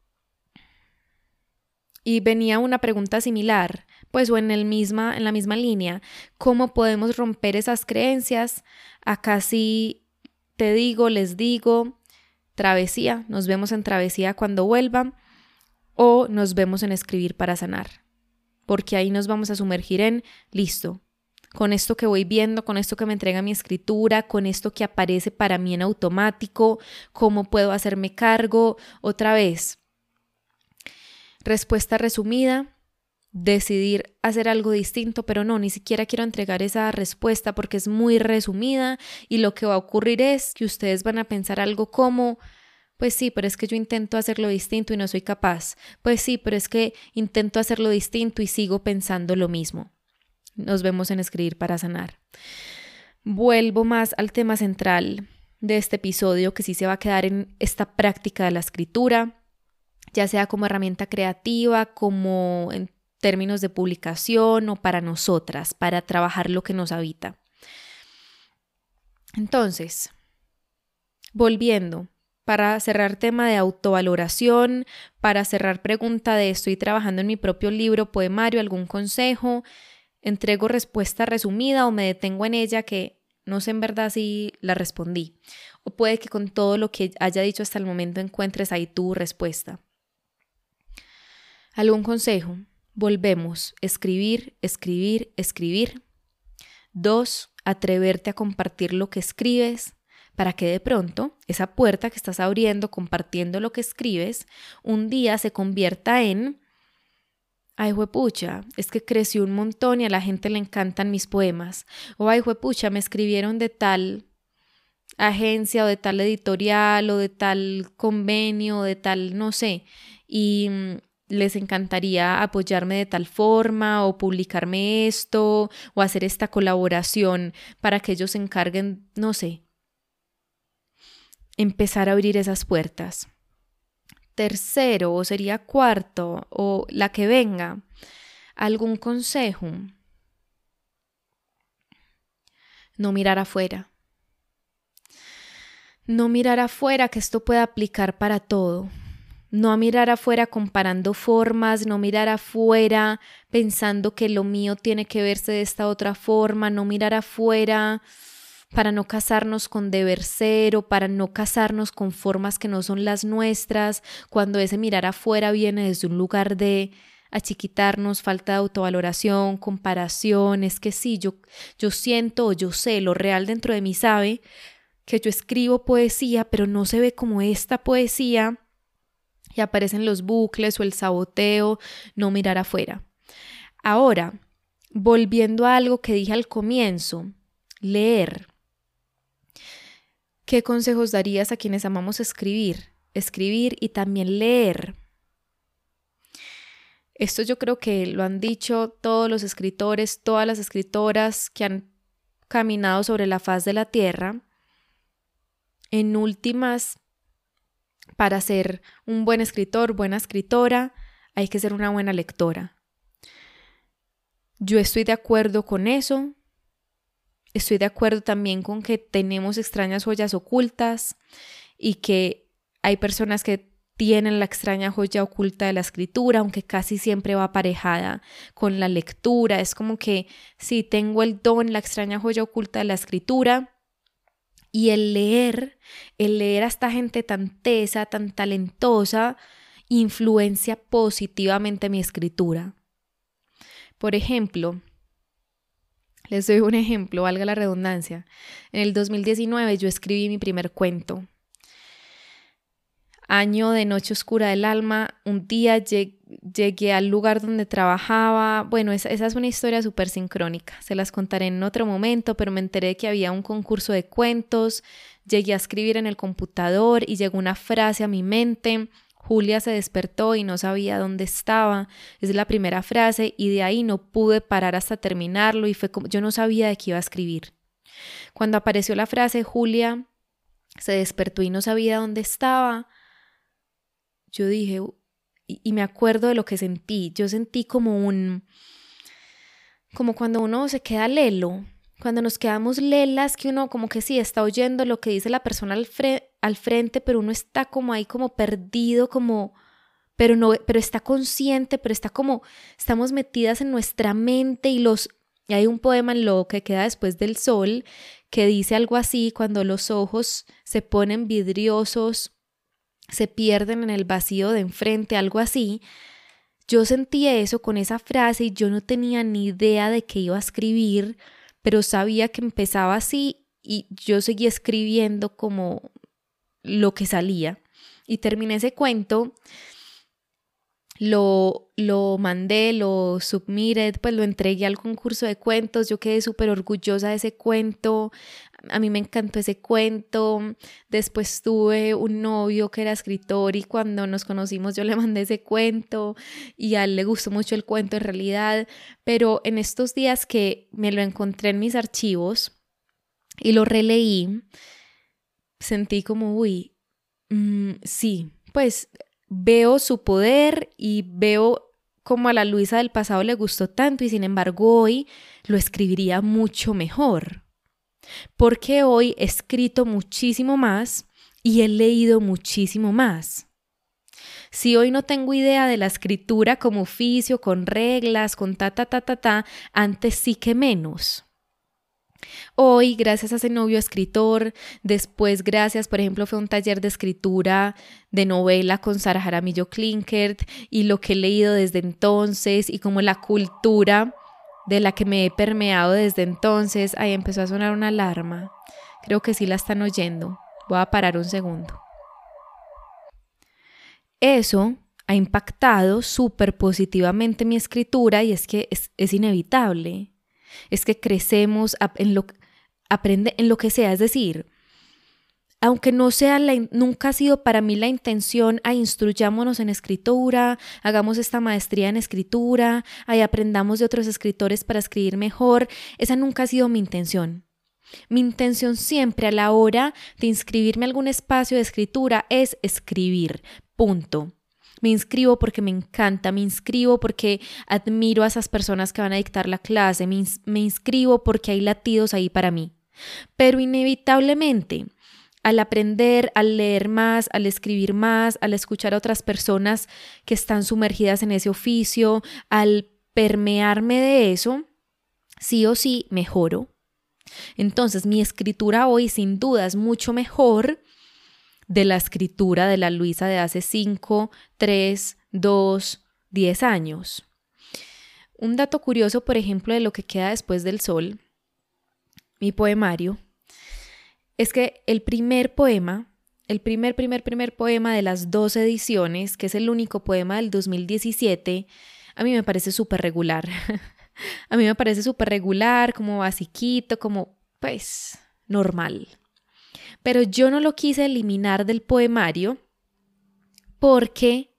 y venía una pregunta similar, pues o en la misma línea, ¿cómo podemos romper esas creencias? Acá sí les digo, Travesía, nos vemos en Travesía cuando vuelva, o nos vemos en Escribir para Sanar, porque ahí nos vamos a sumergir en, listo, con esto que voy viendo, con esto que me entrega mi escritura, con esto que aparece para mí en automático, ¿cómo puedo hacerme cargo? Otra vez, respuesta resumida, decidir hacer algo distinto, pero no, ni siquiera quiero entregar esa respuesta porque es muy resumida, y lo que va a ocurrir es que ustedes van a pensar algo como, pues sí, pero es que yo intento hacerlo distinto y no soy capaz. Pues sí, pero es que intento hacerlo distinto y sigo pensando lo mismo. Nos vemos en Escribir para Sanar. Vuelvo más al tema central de este episodio, que sí se va a quedar en esta práctica de la escritura, ya sea como herramienta creativa, como en términos de publicación, o para nosotras, para trabajar lo que nos habita. Entonces, volviendo, para cerrar tema de autovaloración, para cerrar pregunta de estoy trabajando en mi propio libro, poemario, algún consejo, entrego respuesta resumida o me detengo en ella que no sé en verdad si la respondí. O puede que con todo lo que haya dicho hasta el momento encuentres ahí tu respuesta. ¿Algún consejo? Volvemos. Escribir, escribir, escribir. 2. Atreverte a compartir lo que escribes para que de pronto esa puerta que estás abriendo compartiendo lo que escribes un día se convierta en ay, juepucha, es que creció un montón y a la gente le encantan mis poemas. O ay, juepucha, me escribieron de tal agencia o de tal editorial o de tal convenio o de tal, no sé, y les encantaría apoyarme de tal forma o publicarme esto o hacer esta colaboración para que ellos se encarguen, no sé, empezar a abrir esas puertas. 3, o sería 4, o la que venga, algún consejo. No mirar afuera. No mirar afuera, que esto puede aplicar para todo. No mirar afuera comparando formas, no mirar afuera pensando que lo mío tiene que verse de esta otra forma, no mirar afuera para no casarnos con deber ser o para no casarnos con formas que no son las nuestras, cuando ese mirar afuera viene desde un lugar de achiquitarnos, falta de autovaloración, comparación. Es que sí, yo siento o yo sé, lo real dentro de mí sabe que yo escribo poesía, pero no se ve como esta poesía y aparecen los bucles o el saboteo, no mirar afuera. Ahora, volviendo a algo que dije al comienzo, leer. ¿Qué consejos darías a quienes amamos escribir? Escribir y también leer. Esto yo creo que lo han dicho todos los escritores, todas las escritoras que han caminado sobre la faz de la tierra. En últimas, para ser un buen escritor, buena escritora, hay que ser una buena lectora. Yo estoy de acuerdo con eso. Estoy de acuerdo también con que tenemos extrañas joyas ocultas y que hay personas que tienen la extraña joya oculta de la escritura, aunque casi siempre va aparejada con la lectura. Es como que sí, tengo el don, la extraña joya oculta de la escritura. Y el leer a esta gente tan tesa, tan talentosa, influencia positivamente mi escritura. Por ejemplo, les doy un ejemplo, valga la redundancia. En el 2019 yo escribí mi primer cuento. Año de noche oscura del alma. Un día llegué al lugar donde trabajaba. Bueno, esa es una historia súper sincrónica. Se las contaré en otro momento, pero me enteré que había un concurso de cuentos. Llegué a escribir en el computador y llegó una frase a mi mente. Julia se despertó y no sabía dónde estaba. Es la primera frase y de ahí no pude parar hasta terminarlo y fue como yo no sabía de qué iba a escribir. Cuando apareció la frase Julia se despertó y no sabía dónde estaba, yo dije, y me acuerdo de lo que sentí. Yo sentí como cuando uno se queda lelo, cuando nos quedamos lelas, que uno como que sí está oyendo lo que dice la persona al frente, pero uno está como ahí como perdido, pero está consciente, pero está como, estamos metidas en nuestra mente y hay un poema en Lo que queda después del sol que dice algo así, cuando los ojos se ponen vidriosos, se pierden en el vacío de enfrente, algo así. Yo sentí eso con esa frase y yo no tenía ni idea de qué iba a escribir, pero sabía que empezaba así y yo seguí escribiendo como lo que salía. Y terminé ese cuento, lo mandé, lo submitted, pues lo entregué al concurso de cuentos. Yo quedé súper orgullosa de ese cuento. A mí me encantó ese cuento. Después tuve un novio que era escritor y cuando nos conocimos yo le mandé ese cuento y a él le gustó mucho el cuento en realidad. Pero en estos días que me lo encontré en mis archivos y lo releí, sentí como, sí, pues veo su poder y veo cómo a la Luisa del pasado le gustó tanto y sin embargo hoy lo escribiría mucho mejor. Porque hoy he escrito muchísimo más, y he leído muchísimo más. Si hoy no tengo idea de la escritura como oficio, con reglas, con antes sí que menos. Hoy, gracias a ese novio escritor, después gracias, por ejemplo, fue un taller de escritura de novela con Sara Jaramillo Klinkert y lo que he leído desde entonces y como la cultura de la que me he permeado desde entonces. Ahí empezó a sonar una alarma. Creo que sí la están oyendo. Voy a parar un segundo. Eso ha impactado súper positivamente mi escritura y es que es inevitable. Es que crecemos aprende en lo que sea, es decir, aunque no sea nunca ha sido para mí la intención, instruyámonos en escritura, hagamos esta maestría en escritura, aprendamos de otros escritores para escribir mejor, esa nunca ha sido mi intención. Mi intención siempre a la hora de inscribirme a algún espacio de escritura es escribir, punto. Me inscribo porque me encanta, me inscribo porque admiro a esas personas que van a dictar la clase, me inscribo porque hay latidos ahí para mí. Pero inevitablemente, al aprender, al leer más, al escribir más, al escuchar a otras personas que están sumergidas en ese oficio, al permearme de eso, sí o sí mejoro. Entonces, mi escritura hoy sin duda es mucho mejor de la escritura de la Luisa de hace 5, 3, 2, 10 años. Un dato curioso, por ejemplo, de lo que queda después del sol, mi poemario, es que el primer poema, el primer poema de las 2 ediciones, que es el único poema del 2017, a mí me parece súper regular. A mí me parece súper regular, como basiquito, como pues normal. Pero yo no lo quise eliminar del poemario porque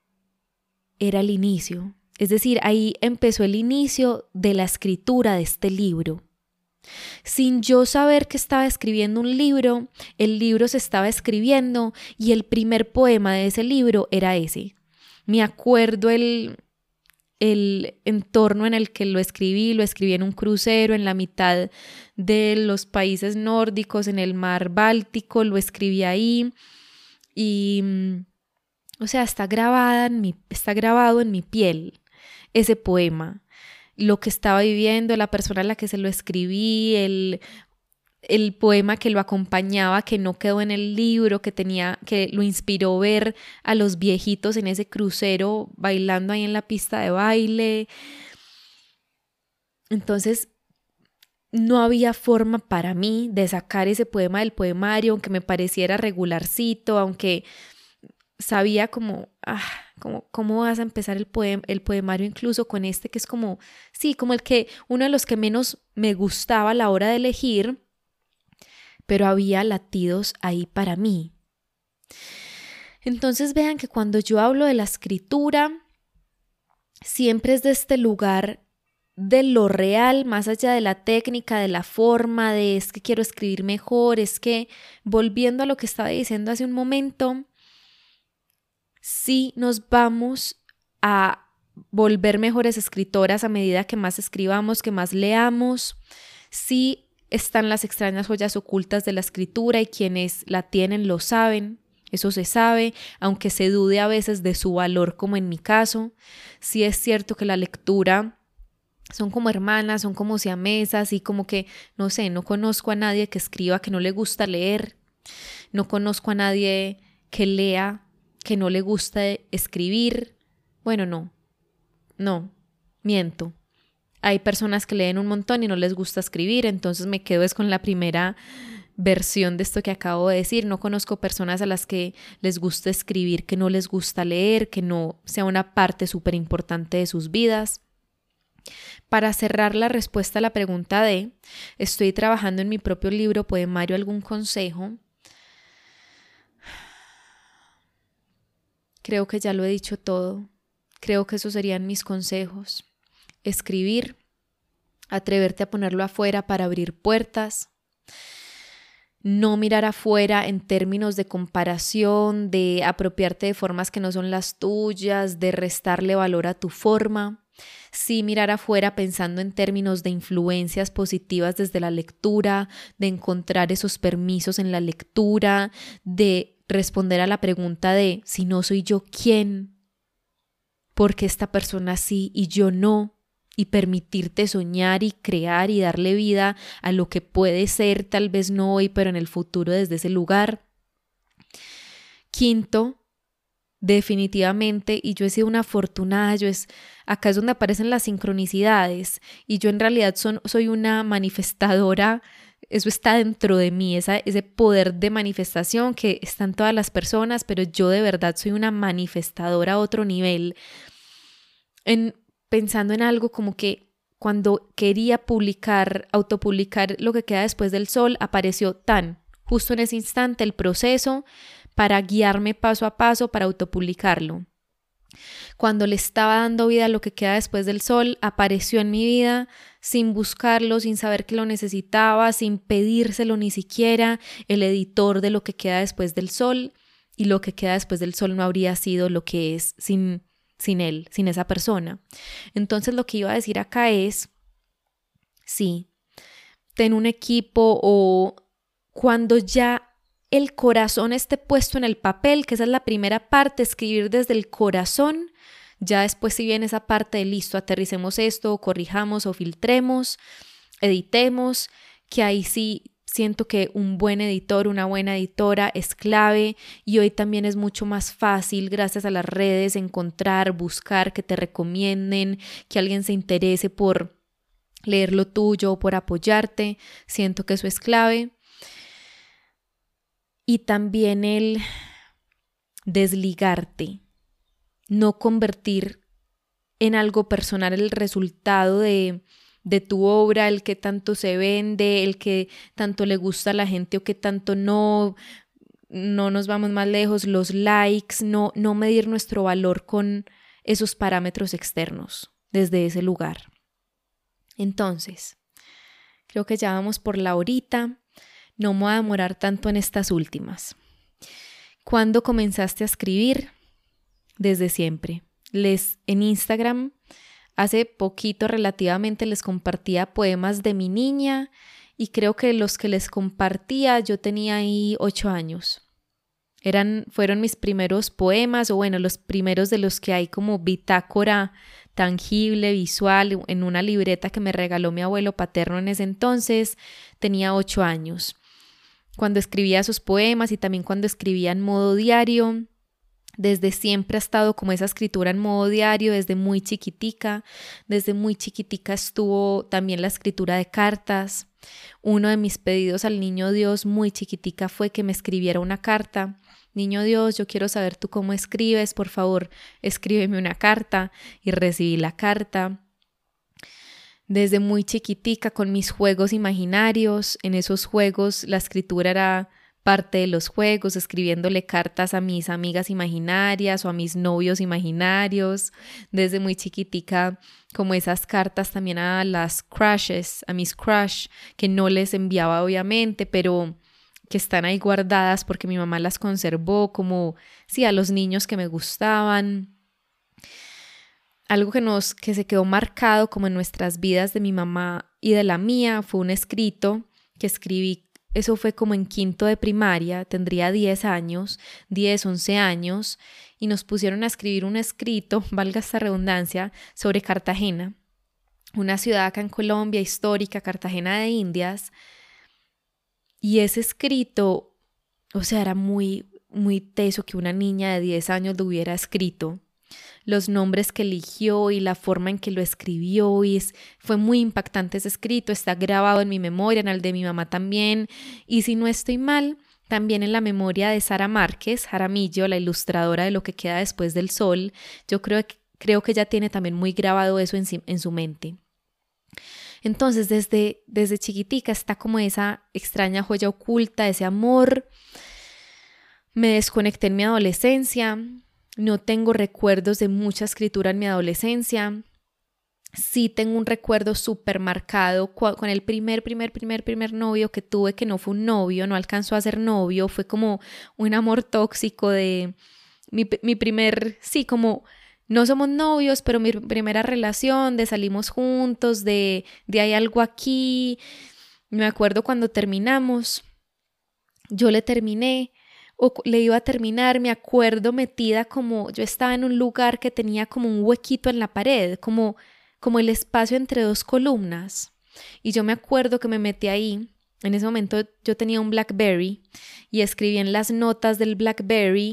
era el inicio. Es decir, ahí empezó el inicio de la escritura de este libro. Sin yo saber que estaba escribiendo un libro, el libro se estaba escribiendo y el primer poema de ese libro era ese. Me acuerdo el entorno en el que lo escribí en un crucero en la mitad de los países nórdicos, en el mar Báltico, lo escribí ahí y, o sea, está grabado en mi piel ese poema, lo que estaba viviendo, la persona a la que se lo escribí, el poema que lo acompañaba, que no quedó en el libro, que lo inspiró ver a los viejitos en ese crucero bailando ahí en la pista de baile. Entonces, no había forma para mí de sacar ese poema del poemario, aunque me pareciera regularcito, aunque sabía cómo vas a empezar el poemario incluso con este que es como uno de los que menos me gustaba a la hora de elegir, pero había latidos ahí para mí. Entonces vean que cuando yo hablo de la escritura, siempre es de este lugar de lo real, más allá de la técnica, de la forma, de es que quiero escribir mejor, es que volviendo a lo que estaba diciendo hace un momento, sí nos vamos a volver mejores escritoras a medida que más escribamos, que más leamos, sí están las extrañas joyas ocultas de la escritura y quienes la tienen lo saben, eso se sabe, aunque se dude a veces de su valor como en mi caso. Sí es cierto que la lectura son como hermanas, son como siamesas y como que, no sé, no conozco a nadie que escriba que no le gusta leer, no conozco a nadie que lea que no le gusta escribir. Bueno, no, miento. Hay personas que leen un montón y no les gusta escribir, entonces me quedo con la primera versión de esto que acabo de decir. No conozco personas a las que les gusta escribir, que no les gusta leer, que no sea una parte súper importante de sus vidas. Para cerrar la respuesta a la pregunta de, ¿estoy trabajando en mi propio libro poemario algún consejo? Creo que ya lo he dicho todo. Creo que esos serían mis consejos. Escribir, atreverte a ponerlo afuera para abrir puertas, no mirar afuera en términos de comparación, de apropiarte de formas que no son las tuyas, de restarle valor a tu forma, sí mirar afuera pensando en términos de influencias positivas desde la lectura, de encontrar esos permisos en la lectura, de responder a la pregunta de si no soy yo, ¿quién? ¿Por qué esta persona sí y yo no? Y permitirte soñar y crear y darle vida a lo que puede ser, tal vez no hoy, pero en el futuro desde ese lugar. Quinto, definitivamente, y yo he sido una afortunada, acá es donde aparecen las sincronicidades, y yo en realidad soy una manifestadora, eso está dentro de mí, ese poder de manifestación que está en todas las personas, pero yo de verdad soy una manifestadora a otro nivel, pensando en algo como que cuando quería autopublicar lo que queda después del sol, apareció justo en ese instante el proceso para guiarme paso a paso para autopublicarlo. Cuando le estaba dando vida a lo que queda después del sol, apareció en mi vida sin buscarlo, sin saber que lo necesitaba, sin pedírselo ni siquiera, el editor de lo que queda después del sol, y lo que queda después del sol no habría sido lo que es sin él, sin esa persona. Entonces lo que iba a decir acá es, sí, ten un equipo, o cuando ya el corazón esté puesto en el papel, que esa es la primera parte, escribir desde el corazón. Ya después si viene esa parte de listo, aterricemos esto, o corrijamos o filtremos, editemos, que ahí sí siento que un buen editor, una buena editora es clave, y hoy también es mucho más fácil gracias a las redes encontrar, buscar, que te recomienden, que alguien se interese por leer lo tuyo o por apoyarte. Siento que eso es clave. Y también el desligarte, no convertir en algo personal el resultado de tu obra, el que tanto se vende, el que tanto le gusta a la gente o que tanto no nos vamos más lejos, los likes, no medir nuestro valor con esos parámetros externos desde ese lugar. Entonces, creo que ya vamos por la horita. No me voy a demorar tanto en estas últimas. ¿Cuándo comenzaste a escribir? Desde siempre. En Instagram, hace poquito relativamente les compartía poemas de mi niña, y creo que los que les compartía yo tenía ahí 8 años. Fueron mis primeros poemas, o bueno, los primeros de los que hay como bitácora tangible, visual, en una libreta que me regaló mi abuelo paterno en ese entonces. Tenía 8 años. Cuando escribía esos poemas, y también cuando escribía en modo diario, desde siempre ha estado como esa escritura en modo diario, desde muy chiquitica. Desde muy chiquitica estuvo también la escritura de cartas. Uno de mis pedidos al Niño Dios muy chiquitica fue que me escribiera una carta. Niño Dios, yo quiero saber tú cómo escribes, por favor, escríbeme una carta. Y recibí la carta. Desde muy chiquitica con mis juegos imaginarios, en esos juegos la escritura era parte de los juegos, escribiéndole cartas a mis amigas imaginarias o a mis novios imaginarios. Desde muy chiquitica, como esas cartas también a las crushes, a mis crush, que no les enviaba obviamente, pero que están ahí guardadas porque mi mamá las conservó, como sí, a los niños que me gustaban. Algo que se quedó marcado como en nuestras vidas de mi mamá y de la mía fue un escrito que escribí. Eso fue como en quinto de primaria, tendría 10 años, 10, 11 años, y nos pusieron a escribir un escrito, valga esta redundancia, sobre Cartagena, una ciudad acá en Colombia histórica, Cartagena de Indias. Y ese escrito, o sea, era muy, muy teso que una niña de 10 años lo hubiera escrito. Los nombres que eligió y la forma en que lo escribió, fue muy impactante ese escrito, está grabado en mi memoria, en el de mi mamá también, y si no estoy mal, también en la memoria de Sara Márquez Jaramillo, la ilustradora de Lo que queda después del sol. Yo creo que ella tiene también muy grabado eso en su mente. Entonces desde chiquitica está como esa extraña joya oculta, ese amor. Me desconecté en mi adolescencia. No tengo recuerdos de mucha escritura en mi adolescencia. Sí tengo un recuerdo súper marcado con el primer novio que tuve, que no fue un novio, no alcanzó a ser novio, fue como un amor tóxico de mi primer, sí, como no somos novios, pero mi primera relación, de salimos juntos, de hay algo aquí. Me acuerdo cuando terminamos, yo le terminé o le iba a terminar, me acuerdo metida como, yo estaba en un lugar que tenía como un huequito en la pared, como el espacio entre dos columnas. Y yo me acuerdo que me metí ahí. En ese momento yo tenía un BlackBerry y escribí en las notas del BlackBerry,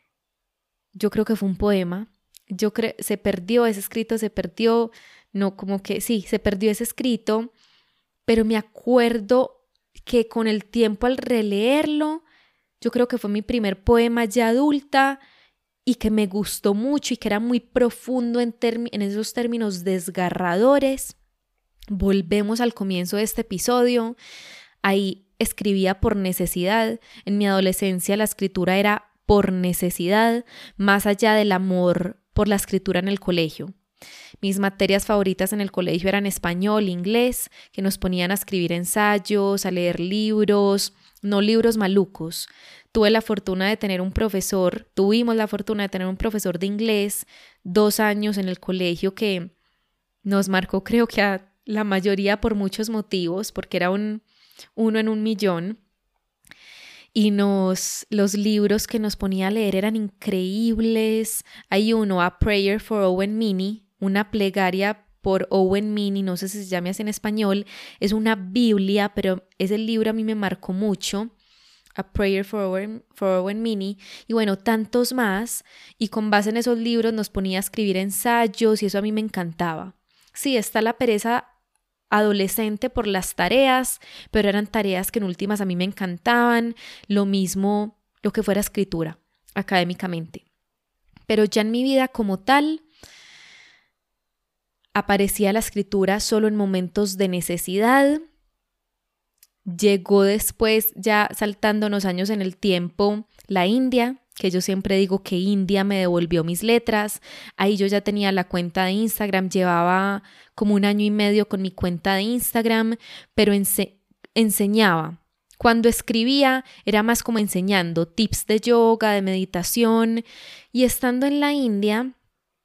yo creo que fue un poema. Se perdió ese escrito, no, como que sí, se perdió ese escrito, pero me acuerdo que con el tiempo al releerlo, yo creo que fue mi primer poema ya adulta y que me gustó mucho y que era muy profundo en esos términos desgarradores. Volvemos al comienzo de este episodio. Ahí escribía por necesidad. En mi adolescencia la escritura era por necesidad, más allá del amor por la escritura en el colegio. Mis materias favoritas en el colegio eran español, inglés, que nos ponían a escribir ensayos, a leer libros, no libros malucos. Tuvimos la fortuna de tener un profesor de inglés 2 años en el colegio que nos marcó, creo que a la mayoría por muchos motivos, porque era uno en 1,000,000. Y los libros que nos ponía a leer eran increíbles. Hay uno, A Prayer for Owen Meany, una plegaria por Owen Meany, no sé si se llame así en español, es una Biblia, pero ese libro a mí me marcó mucho. A Prayer for Owen Meany, y bueno, tantos más, y con base en esos libros nos ponía a escribir ensayos y eso a mí me encantaba. Sí, está la pereza adolescente por las tareas, pero eran tareas que en últimas a mí me encantaban, lo mismo lo que fuera escritura académicamente. Pero ya en mi vida como tal, aparecía la escritura solo en momentos de necesidad. Llegó después, ya saltándonos años en el tiempo, la India, que yo siempre digo que India me devolvió mis letras. Ahí yo ya tenía la cuenta de Instagram, llevaba como 1 año y medio con mi cuenta de Instagram, pero enseñaba. Cuando escribía era más como enseñando tips de yoga, de meditación, y estando en la India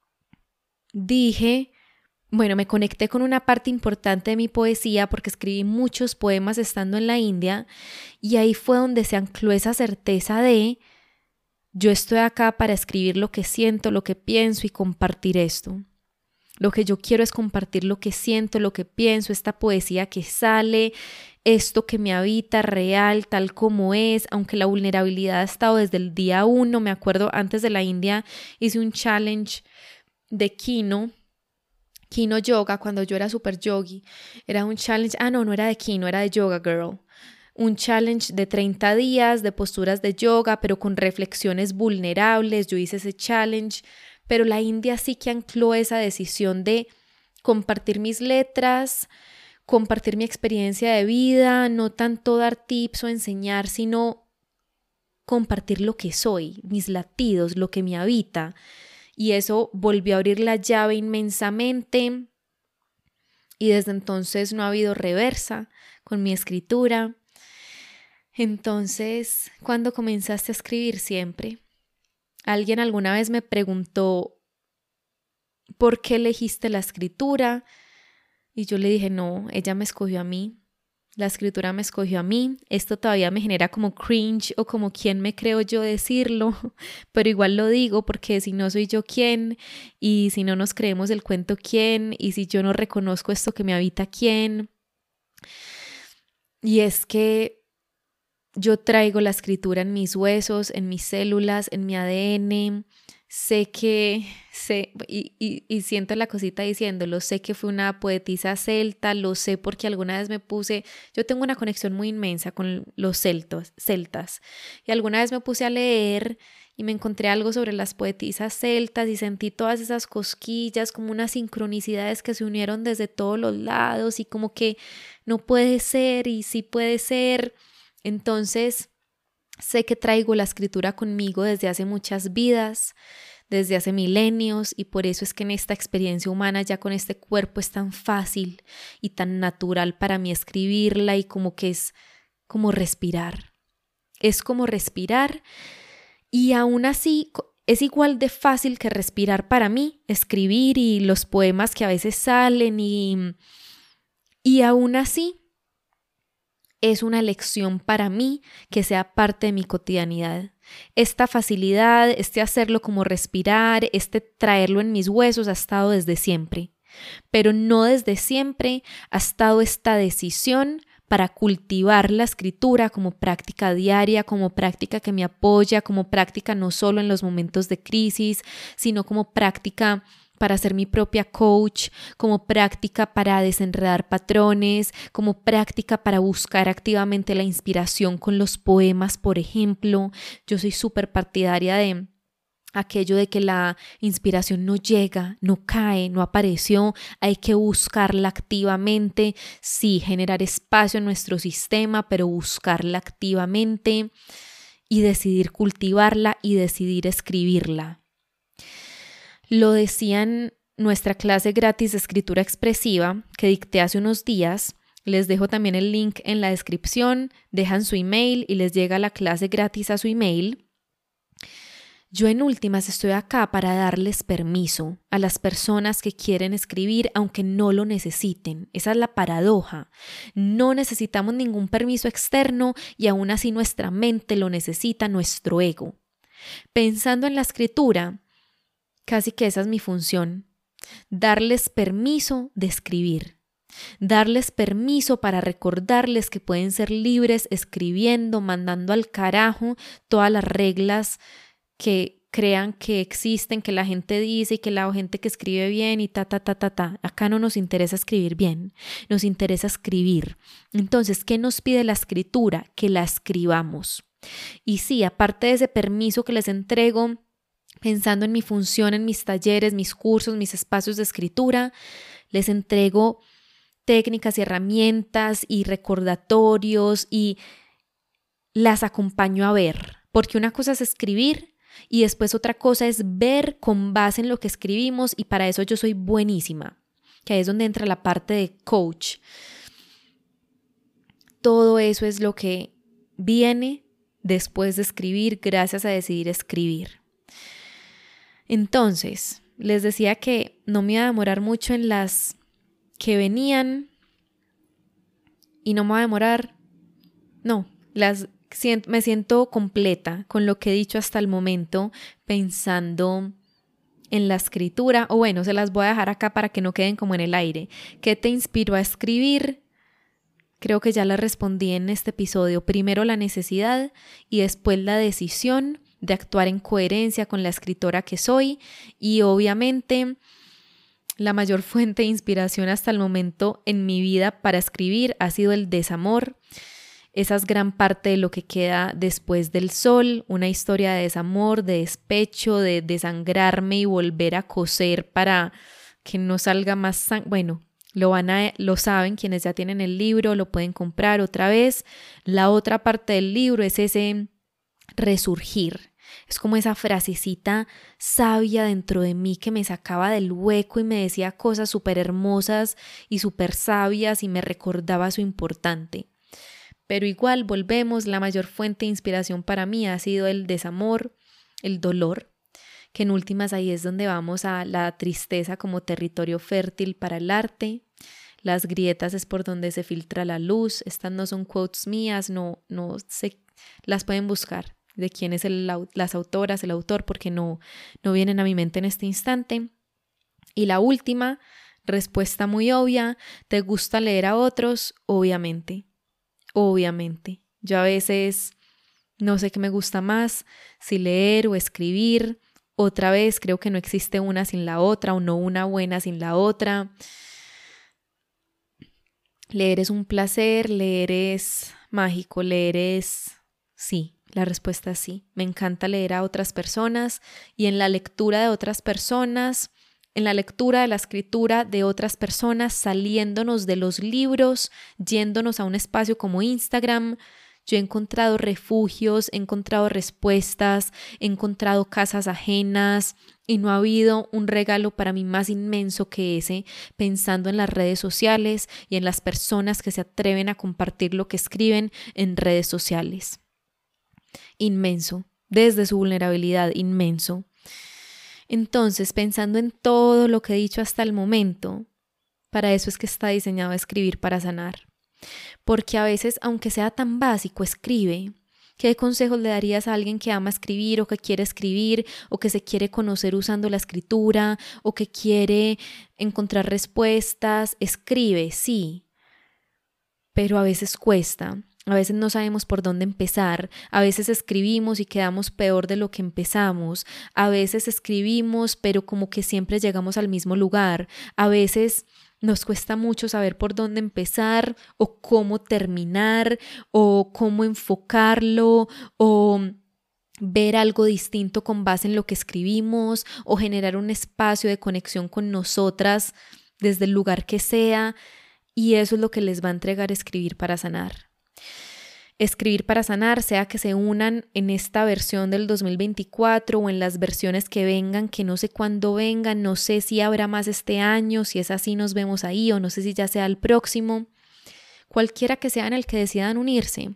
dije, bueno, me conecté con una parte importante de mi poesía porque escribí muchos poemas estando en la India y ahí fue donde se ancló esa certeza de yo estoy acá para escribir lo que siento, lo que pienso y compartir esto. Lo que yo quiero es compartir lo que siento, lo que pienso, esta poesía que sale, esto que me habita real, tal como es, aunque la vulnerabilidad ha estado desde el día 1. Me acuerdo antes de la India hice un challenge de Kino Yoga cuando yo era super yogi. Era un challenge, no era de Kino, era de Yoga Girl. Un challenge de 30 días de posturas de yoga, pero con reflexiones vulnerables. Yo hice ese challenge, pero la India sí que ancló esa decisión de compartir mis letras, compartir mi experiencia de vida, no tanto dar tips o enseñar, sino compartir lo que soy, mis latidos, lo que me habita. Y eso volvió a abrir la llave inmensamente y desde entonces no ha habido reversa con mi escritura. Entonces, ¿cuándo comenzaste a escribir? Siempre. Alguien alguna vez me preguntó ¿por qué elegiste la escritura? Y yo le dije, no, ella me escogió a mí. La escritura me escogió a mí. Esto todavía me genera como cringe o como quién me creo yo decirlo, pero igual lo digo porque si no soy yo quién, y si no nos creemos el cuento quién, y si yo no reconozco esto que me habita quién. Y es que yo traigo la escritura en mis huesos, en mis células, en mi ADN. Sé y siento la cosita diciéndolo, sé que fue una poetisa celta, lo sé porque alguna vez yo tengo una conexión muy inmensa con los celtas, y alguna vez me puse a leer y me encontré algo sobre las poetisas celtas y sentí todas esas cosquillas, como unas sincronicidades que se unieron desde todos los lados y como que no puede ser y sí puede ser. Entonces sé que traigo la escritura conmigo desde hace muchas vidas, desde hace milenios, y por eso es que en esta experiencia humana, ya con este cuerpo, es tan fácil y tan natural para mí escribirla, y como que es como respirar. Es como respirar, y aún así es igual de fácil que respirar para mí, escribir y los poemas que a veces salen y aún así es una lección para mí que sea parte de mi cotidianidad. Esta facilidad, este hacerlo como respirar, este traerlo en mis huesos ha estado desde siempre, pero no desde siempre ha estado esta decisión para cultivar la escritura como práctica diaria, como práctica que me apoya, como práctica no solo en los momentos de crisis, sino como práctica para ser mi propia coach, como práctica para desenredar patrones, como práctica para buscar activamente la inspiración con los poemas, por ejemplo. Yo soy súper partidaria de aquello de que la inspiración no llega, no cae, no apareció, hay que buscarla activamente, sí, generar espacio en nuestro sistema, pero buscarla activamente y decidir cultivarla y decidir escribirla. Lo decía en nuestra clase gratis de escritura expresiva que dicté hace unos días. Les dejo también el link en la descripción, dejan su email y les llega la clase gratis a su email. Yo en últimas estoy acá para darles permiso a las personas que quieren escribir aunque no lo necesiten. Esa es la paradoja. No necesitamos ningún permiso externo y aún así nuestra mente lo necesita, nuestro ego. Pensando en la escritura, casi que esa es mi función, darles permiso de escribir. Darles permiso para recordarles que pueden ser libres escribiendo, mandando al carajo todas las reglas que crean que existen, que la gente dice y que la gente que escribe bien y ta. Acá no nos interesa escribir bien, nos interesa escribir. Entonces, ¿qué nos pide la escritura? Que la escribamos. Y sí, aparte de ese permiso que les entrego, pensando en mi función, en mis talleres, mis cursos, mis espacios de escritura, les entrego técnicas y herramientas y recordatorios y las acompaño a ver, porque una cosa es escribir y después otra cosa es ver con base en lo que escribimos y para eso yo soy buenísima, que ahí es donde entra la parte de coach. Todo eso es lo que viene después de escribir gracias a decidir escribir. Entonces, les decía que no me iba a demorar mucho en las que venían y no me va a demorar, me siento completa con lo que he dicho hasta el momento pensando en la escritura, o bueno, se las voy a dejar acá para que no queden como en el aire. ¿Qué te inspiró a escribir? Creo que ya la respondí en este episodio. Primero la necesidad y después la decisión de actuar en coherencia con la escritora que soy y obviamente la mayor fuente de inspiración hasta el momento en mi vida para escribir ha sido el desamor. Esa es gran parte de lo que queda después del sol, una historia de desamor, de despecho, de desangrarme y volver a coser para que no salga más sangre. Bueno, lo saben quienes ya tienen el libro, lo pueden comprar otra vez. La otra parte del libro es ese resurgir. Es como esa frasecita sabia dentro de mí que me sacaba del hueco y me decía cosas súper hermosas y súper sabias y me recordaba su importante. Pero igual volvemos, la mayor fuente de inspiración para mí ha sido el desamor, el dolor, que en últimas ahí es donde vamos a la tristeza como territorio fértil para el arte. Las grietas es por donde se filtra la luz. Estas no son quotes mías, no sé, las pueden buscar de quién es las autoras, el autor, porque no vienen a mi mente en este instante. Y la última, respuesta muy obvia, ¿te gusta leer a otros? Obviamente. Yo a veces no sé qué me gusta más, si leer o escribir. Otra vez creo que no existe una sin la otra o no una buena sin la otra. Leer es un placer, leer es mágico, sí. La respuesta es sí. Me encanta leer a otras personas y en la lectura de otras personas, en la lectura de la escritura de otras personas, saliéndonos de los libros, yéndonos a un espacio como Instagram, yo he encontrado refugios, he encontrado respuestas, he encontrado casas ajenas y no ha habido un regalo para mí más inmenso que ese, pensando en las redes sociales y en las personas que se atreven a compartir lo que escriben en redes sociales. Inmenso, desde su vulnerabilidad, inmenso. Entonces, pensando en todo lo que he dicho hasta el momento, para eso es que está diseñado Escribir para Sanar. Porque a veces, aunque sea tan básico, escribe. ¿Qué consejos le darías a alguien que ama escribir o que quiere escribir o que se quiere conocer usando la escritura o que quiere encontrar respuestas? Escribe, sí, pero a veces cuesta. A veces no sabemos por dónde empezar, a veces escribimos y quedamos peor de lo que empezamos, a veces escribimos pero como que siempre llegamos al mismo lugar, a veces nos cuesta mucho saber por dónde empezar o cómo terminar o cómo enfocarlo o ver algo distinto con base en lo que escribimos o generar un espacio de conexión con nosotras desde el lugar que sea, y eso es lo que les va a entregar Escribir para Sanar. Escribir para Sanar, sea que se unan en esta versión del 2024 o en las versiones que vengan, que no sé cuándo vengan, no sé si habrá más este año, si es así nos vemos ahí o no sé si ya sea el próximo, cualquiera que sea en el que decidan unirse,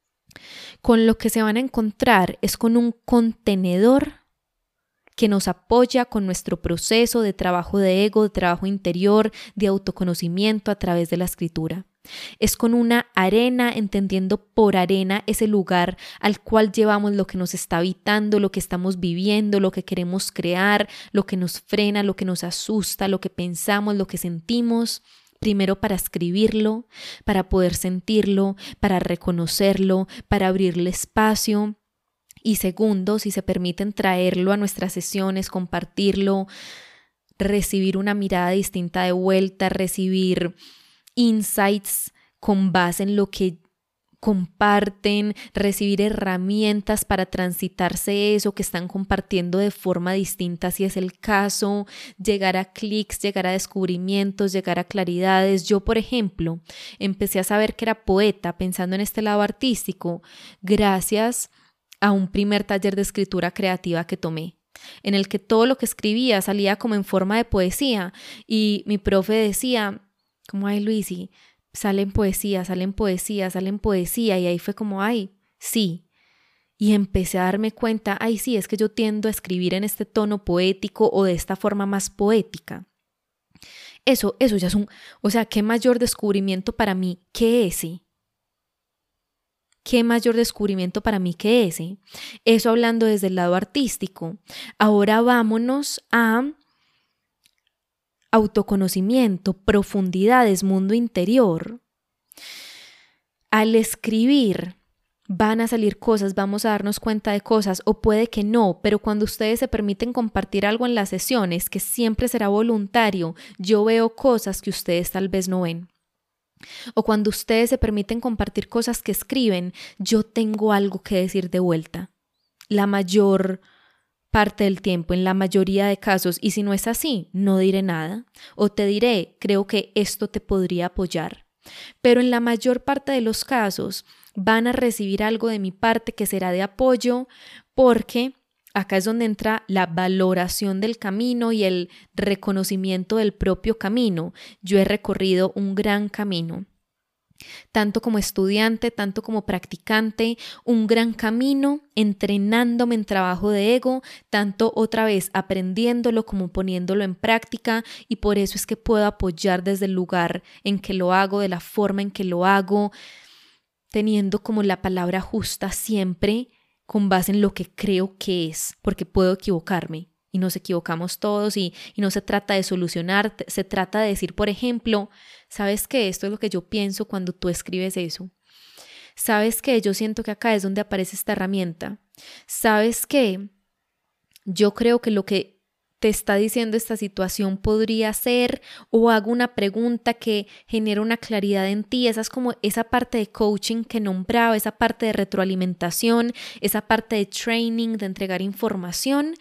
con lo que se van a encontrar es con un contenedor que nos apoya con nuestro proceso de trabajo de ego, de trabajo interior, de autoconocimiento a través de la escritura. Es con una arena, entendiendo por arena ese lugar al cual llevamos lo que nos está habitando, lo que estamos viviendo, lo que queremos crear, lo que nos frena, lo que nos asusta, lo que pensamos, lo que sentimos. Primero para escribirlo, para poder sentirlo, para reconocerlo, para abrirle espacio. Y segundo, si se permiten traerlo a nuestras sesiones, compartirlo, recibir una mirada distinta de vuelta, recibir insights con base en lo que comparten, recibir herramientas para transitarse eso que están compartiendo de forma distinta si es el caso, llegar a clics, llegar a descubrimientos, llegar a claridades. Yo, por ejemplo, empecé a saber que era poeta pensando en este lado artístico gracias a un primer taller de escritura creativa que tomé, en el que todo lo que escribía salía como en forma de poesía y mi profe decía como, ay Luisi, salen poesía, y ahí fue como, ay, sí, y empecé a darme cuenta, ay sí, es que yo tiendo a escribir en este tono poético o de esta forma más poética. Eso ya es o sea, qué mayor descubrimiento para mí que ese. ¿Qué mayor descubrimiento para mí que ese? Eso hablando desde el lado artístico. Ahora vámonos a autoconocimiento, profundidades, mundo interior. Al escribir van a salir cosas, vamos a darnos cuenta de cosas o puede que no, pero cuando ustedes se permiten compartir algo en las sesiones, que siempre será voluntario, yo veo cosas que ustedes tal vez no ven. O cuando ustedes se permiten compartir cosas que escriben, yo tengo algo que decir de vuelta. La mayor parte del tiempo, en la mayoría de casos, y si no es así, no diré nada. O te diré, creo que esto te podría apoyar. Pero en la mayor parte de los casos van a recibir algo de mi parte que será de apoyo, porque acá es donde entra la valoración del camino y el reconocimiento del propio camino. Yo he recorrido un gran camino, tanto como estudiante, tanto como practicante, un gran camino entrenándome en trabajo de ego, tanto otra vez aprendiéndolo como poniéndolo en práctica, y por eso es que puedo apoyar desde el lugar en que lo hago, de la forma en que lo hago, teniendo como la palabra justa siempre con base en lo que creo que es, porque puedo equivocarme y nos equivocamos todos y no se trata de solucionar, se trata de decir, por ejemplo, ¿sabes qué? Esto es lo que yo pienso cuando tú escribes eso. ¿Sabes qué? Yo siento que acá es donde aparece esta herramienta. ¿Sabes qué? Yo creo que lo que te está diciendo esta situación podría ser, o hago una pregunta que genera una claridad en ti. Esa es como esa parte de coaching que nombraba, esa parte de retroalimentación, esa parte de training, de entregar información.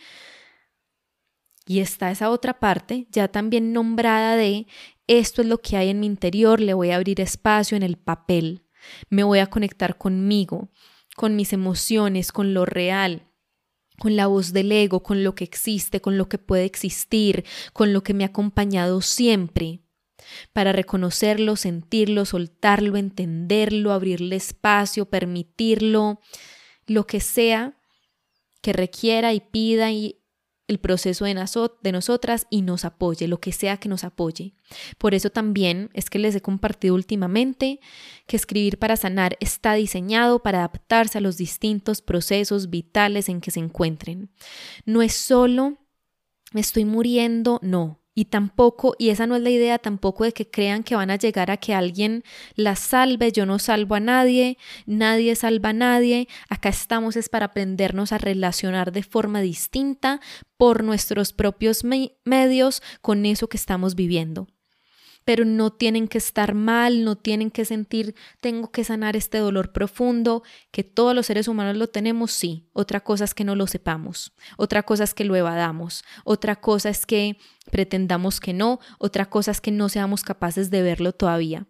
Y está esa otra parte ya también nombrada de esto es lo que hay en mi interior, le voy a abrir espacio en el papel, me voy a conectar conmigo, con mis emociones, con lo real, con la voz del ego, con lo que existe, con lo que puede existir, con lo que me ha acompañado siempre, para reconocerlo, sentirlo, soltarlo, entenderlo, abrirle espacio, permitirlo, lo que sea que requiera y pida y el proceso de nosotras y nos apoye, lo que sea que nos apoye. Por eso también es que les he compartido últimamente que Escribir para Sanar está diseñado para adaptarse a los distintos procesos vitales en que se encuentren. No es solo me estoy muriendo, no. Y tampoco, y esa no es la idea tampoco de que crean que van a llegar a que alguien las salve. Yo no salvo a nadie, nadie salva a nadie. Acá estamos es para aprendernos a relacionar de forma distinta por nuestros propios medios con eso que estamos viviendo. Pero no tienen que estar mal, no tienen que sentir, tengo que sanar este dolor profundo, que todos los seres humanos lo tenemos, sí. Otra cosa es que no lo sepamos, otra cosa es que lo evadamos, otra cosa es que pretendamos que no, otra cosa es que no seamos capaces de verlo todavía.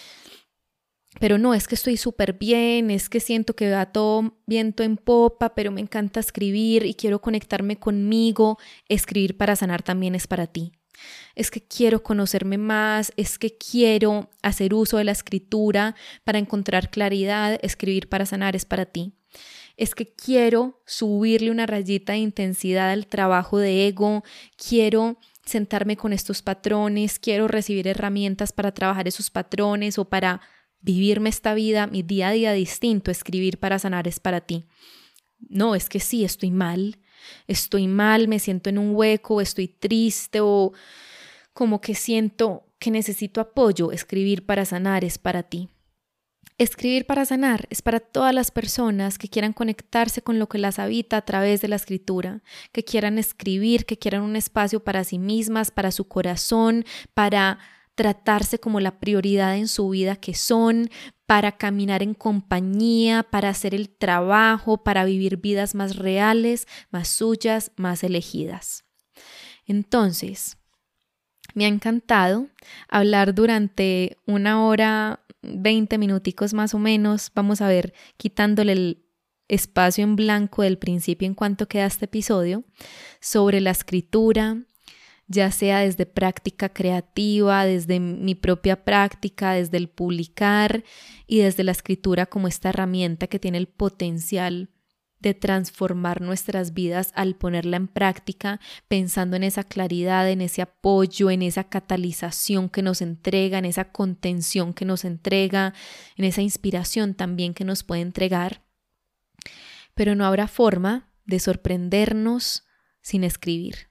Pero no, es que estoy súper bien, es que siento que va todo viento en popa, pero me encanta escribir y quiero conectarme conmigo. Escribir para Sanar también es para ti. Es que quiero conocerme más, es que quiero hacer uso de la escritura para encontrar claridad. Escribir para Sanar es para ti. Es que quiero subirle una rayita de intensidad al trabajo de ego, quiero sentarme con estos patrones, quiero recibir herramientas para trabajar esos patrones o para vivirme esta vida, mi día a día distinto. Escribir para Sanar es para ti. No, es que sí, estoy mal, me siento en un hueco, estoy triste o como que siento que necesito apoyo. Escribir para Sanar es para ti. Escribir para Sanar es para todas las personas que quieran conectarse con lo que las habita a través de la escritura, que quieran escribir, que quieran un espacio para sí mismas, para su corazón, para tratarse como la prioridad en su vida que son, para caminar en compañía, para hacer el trabajo, para vivir vidas más reales, más suyas, más elegidas. Entonces, me ha encantado hablar durante 1 hora, 20 minuticos más o menos. Vamos a ver, quitándole el espacio en blanco del principio en cuanto queda este episodio, sobre la escritura, ya sea desde práctica creativa, desde mi propia práctica, desde el publicar y desde la escritura como esta herramienta que tiene el potencial de transformar nuestras vidas al ponerla en práctica, pensando en esa claridad, en ese apoyo, en esa catalización que nos entrega, en esa contención que nos entrega, en esa inspiración también que nos puede entregar. Pero no habrá forma de sorprendernos sin escribir.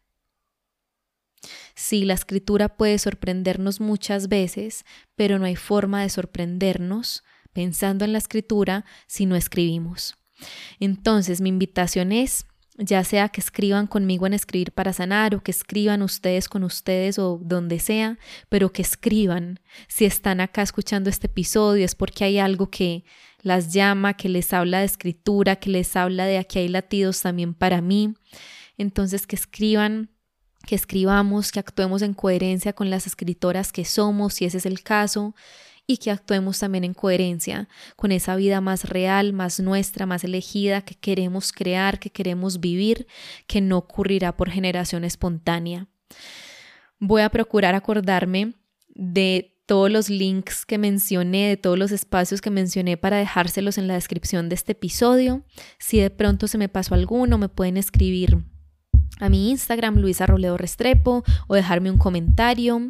Sí, la escritura puede sorprendernos muchas veces, pero no hay forma de sorprendernos pensando en la escritura si no escribimos. Entonces, mi invitación es, ya sea que escriban conmigo en Escribir para Sanar o que escriban ustedes con ustedes o donde sea, pero que escriban. Si están acá escuchando este episodio es porque hay algo que las llama, que les habla de escritura, que les habla de aquí hay latidos también para mí. Entonces, que escriban, que escribamos, que actuemos en coherencia con las escritoras que somos, si ese es el caso, y que actuemos también en coherencia con esa vida más real, más nuestra, más elegida, que queremos crear, que queremos vivir, que no ocurrirá por generación espontánea. Voy a procurar acordarme de todos los links que mencioné, de todos los espacios que mencioné para dejárselos en la descripción de este episodio. Si de pronto se me pasó alguno, me pueden escribir a mi Instagram, Luisa Robledo Restrepo, o dejarme un comentario.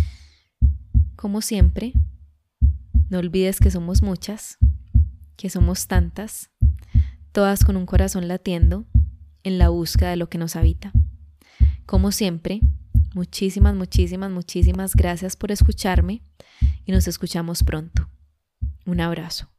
Como siempre, no olvides que somos muchas, que somos tantas, todas con un corazón latiendo en la búsqueda de lo que nos habita. Como siempre, muchísimas, muchísimas, muchísimas gracias por escucharme y nos escuchamos pronto. Un abrazo.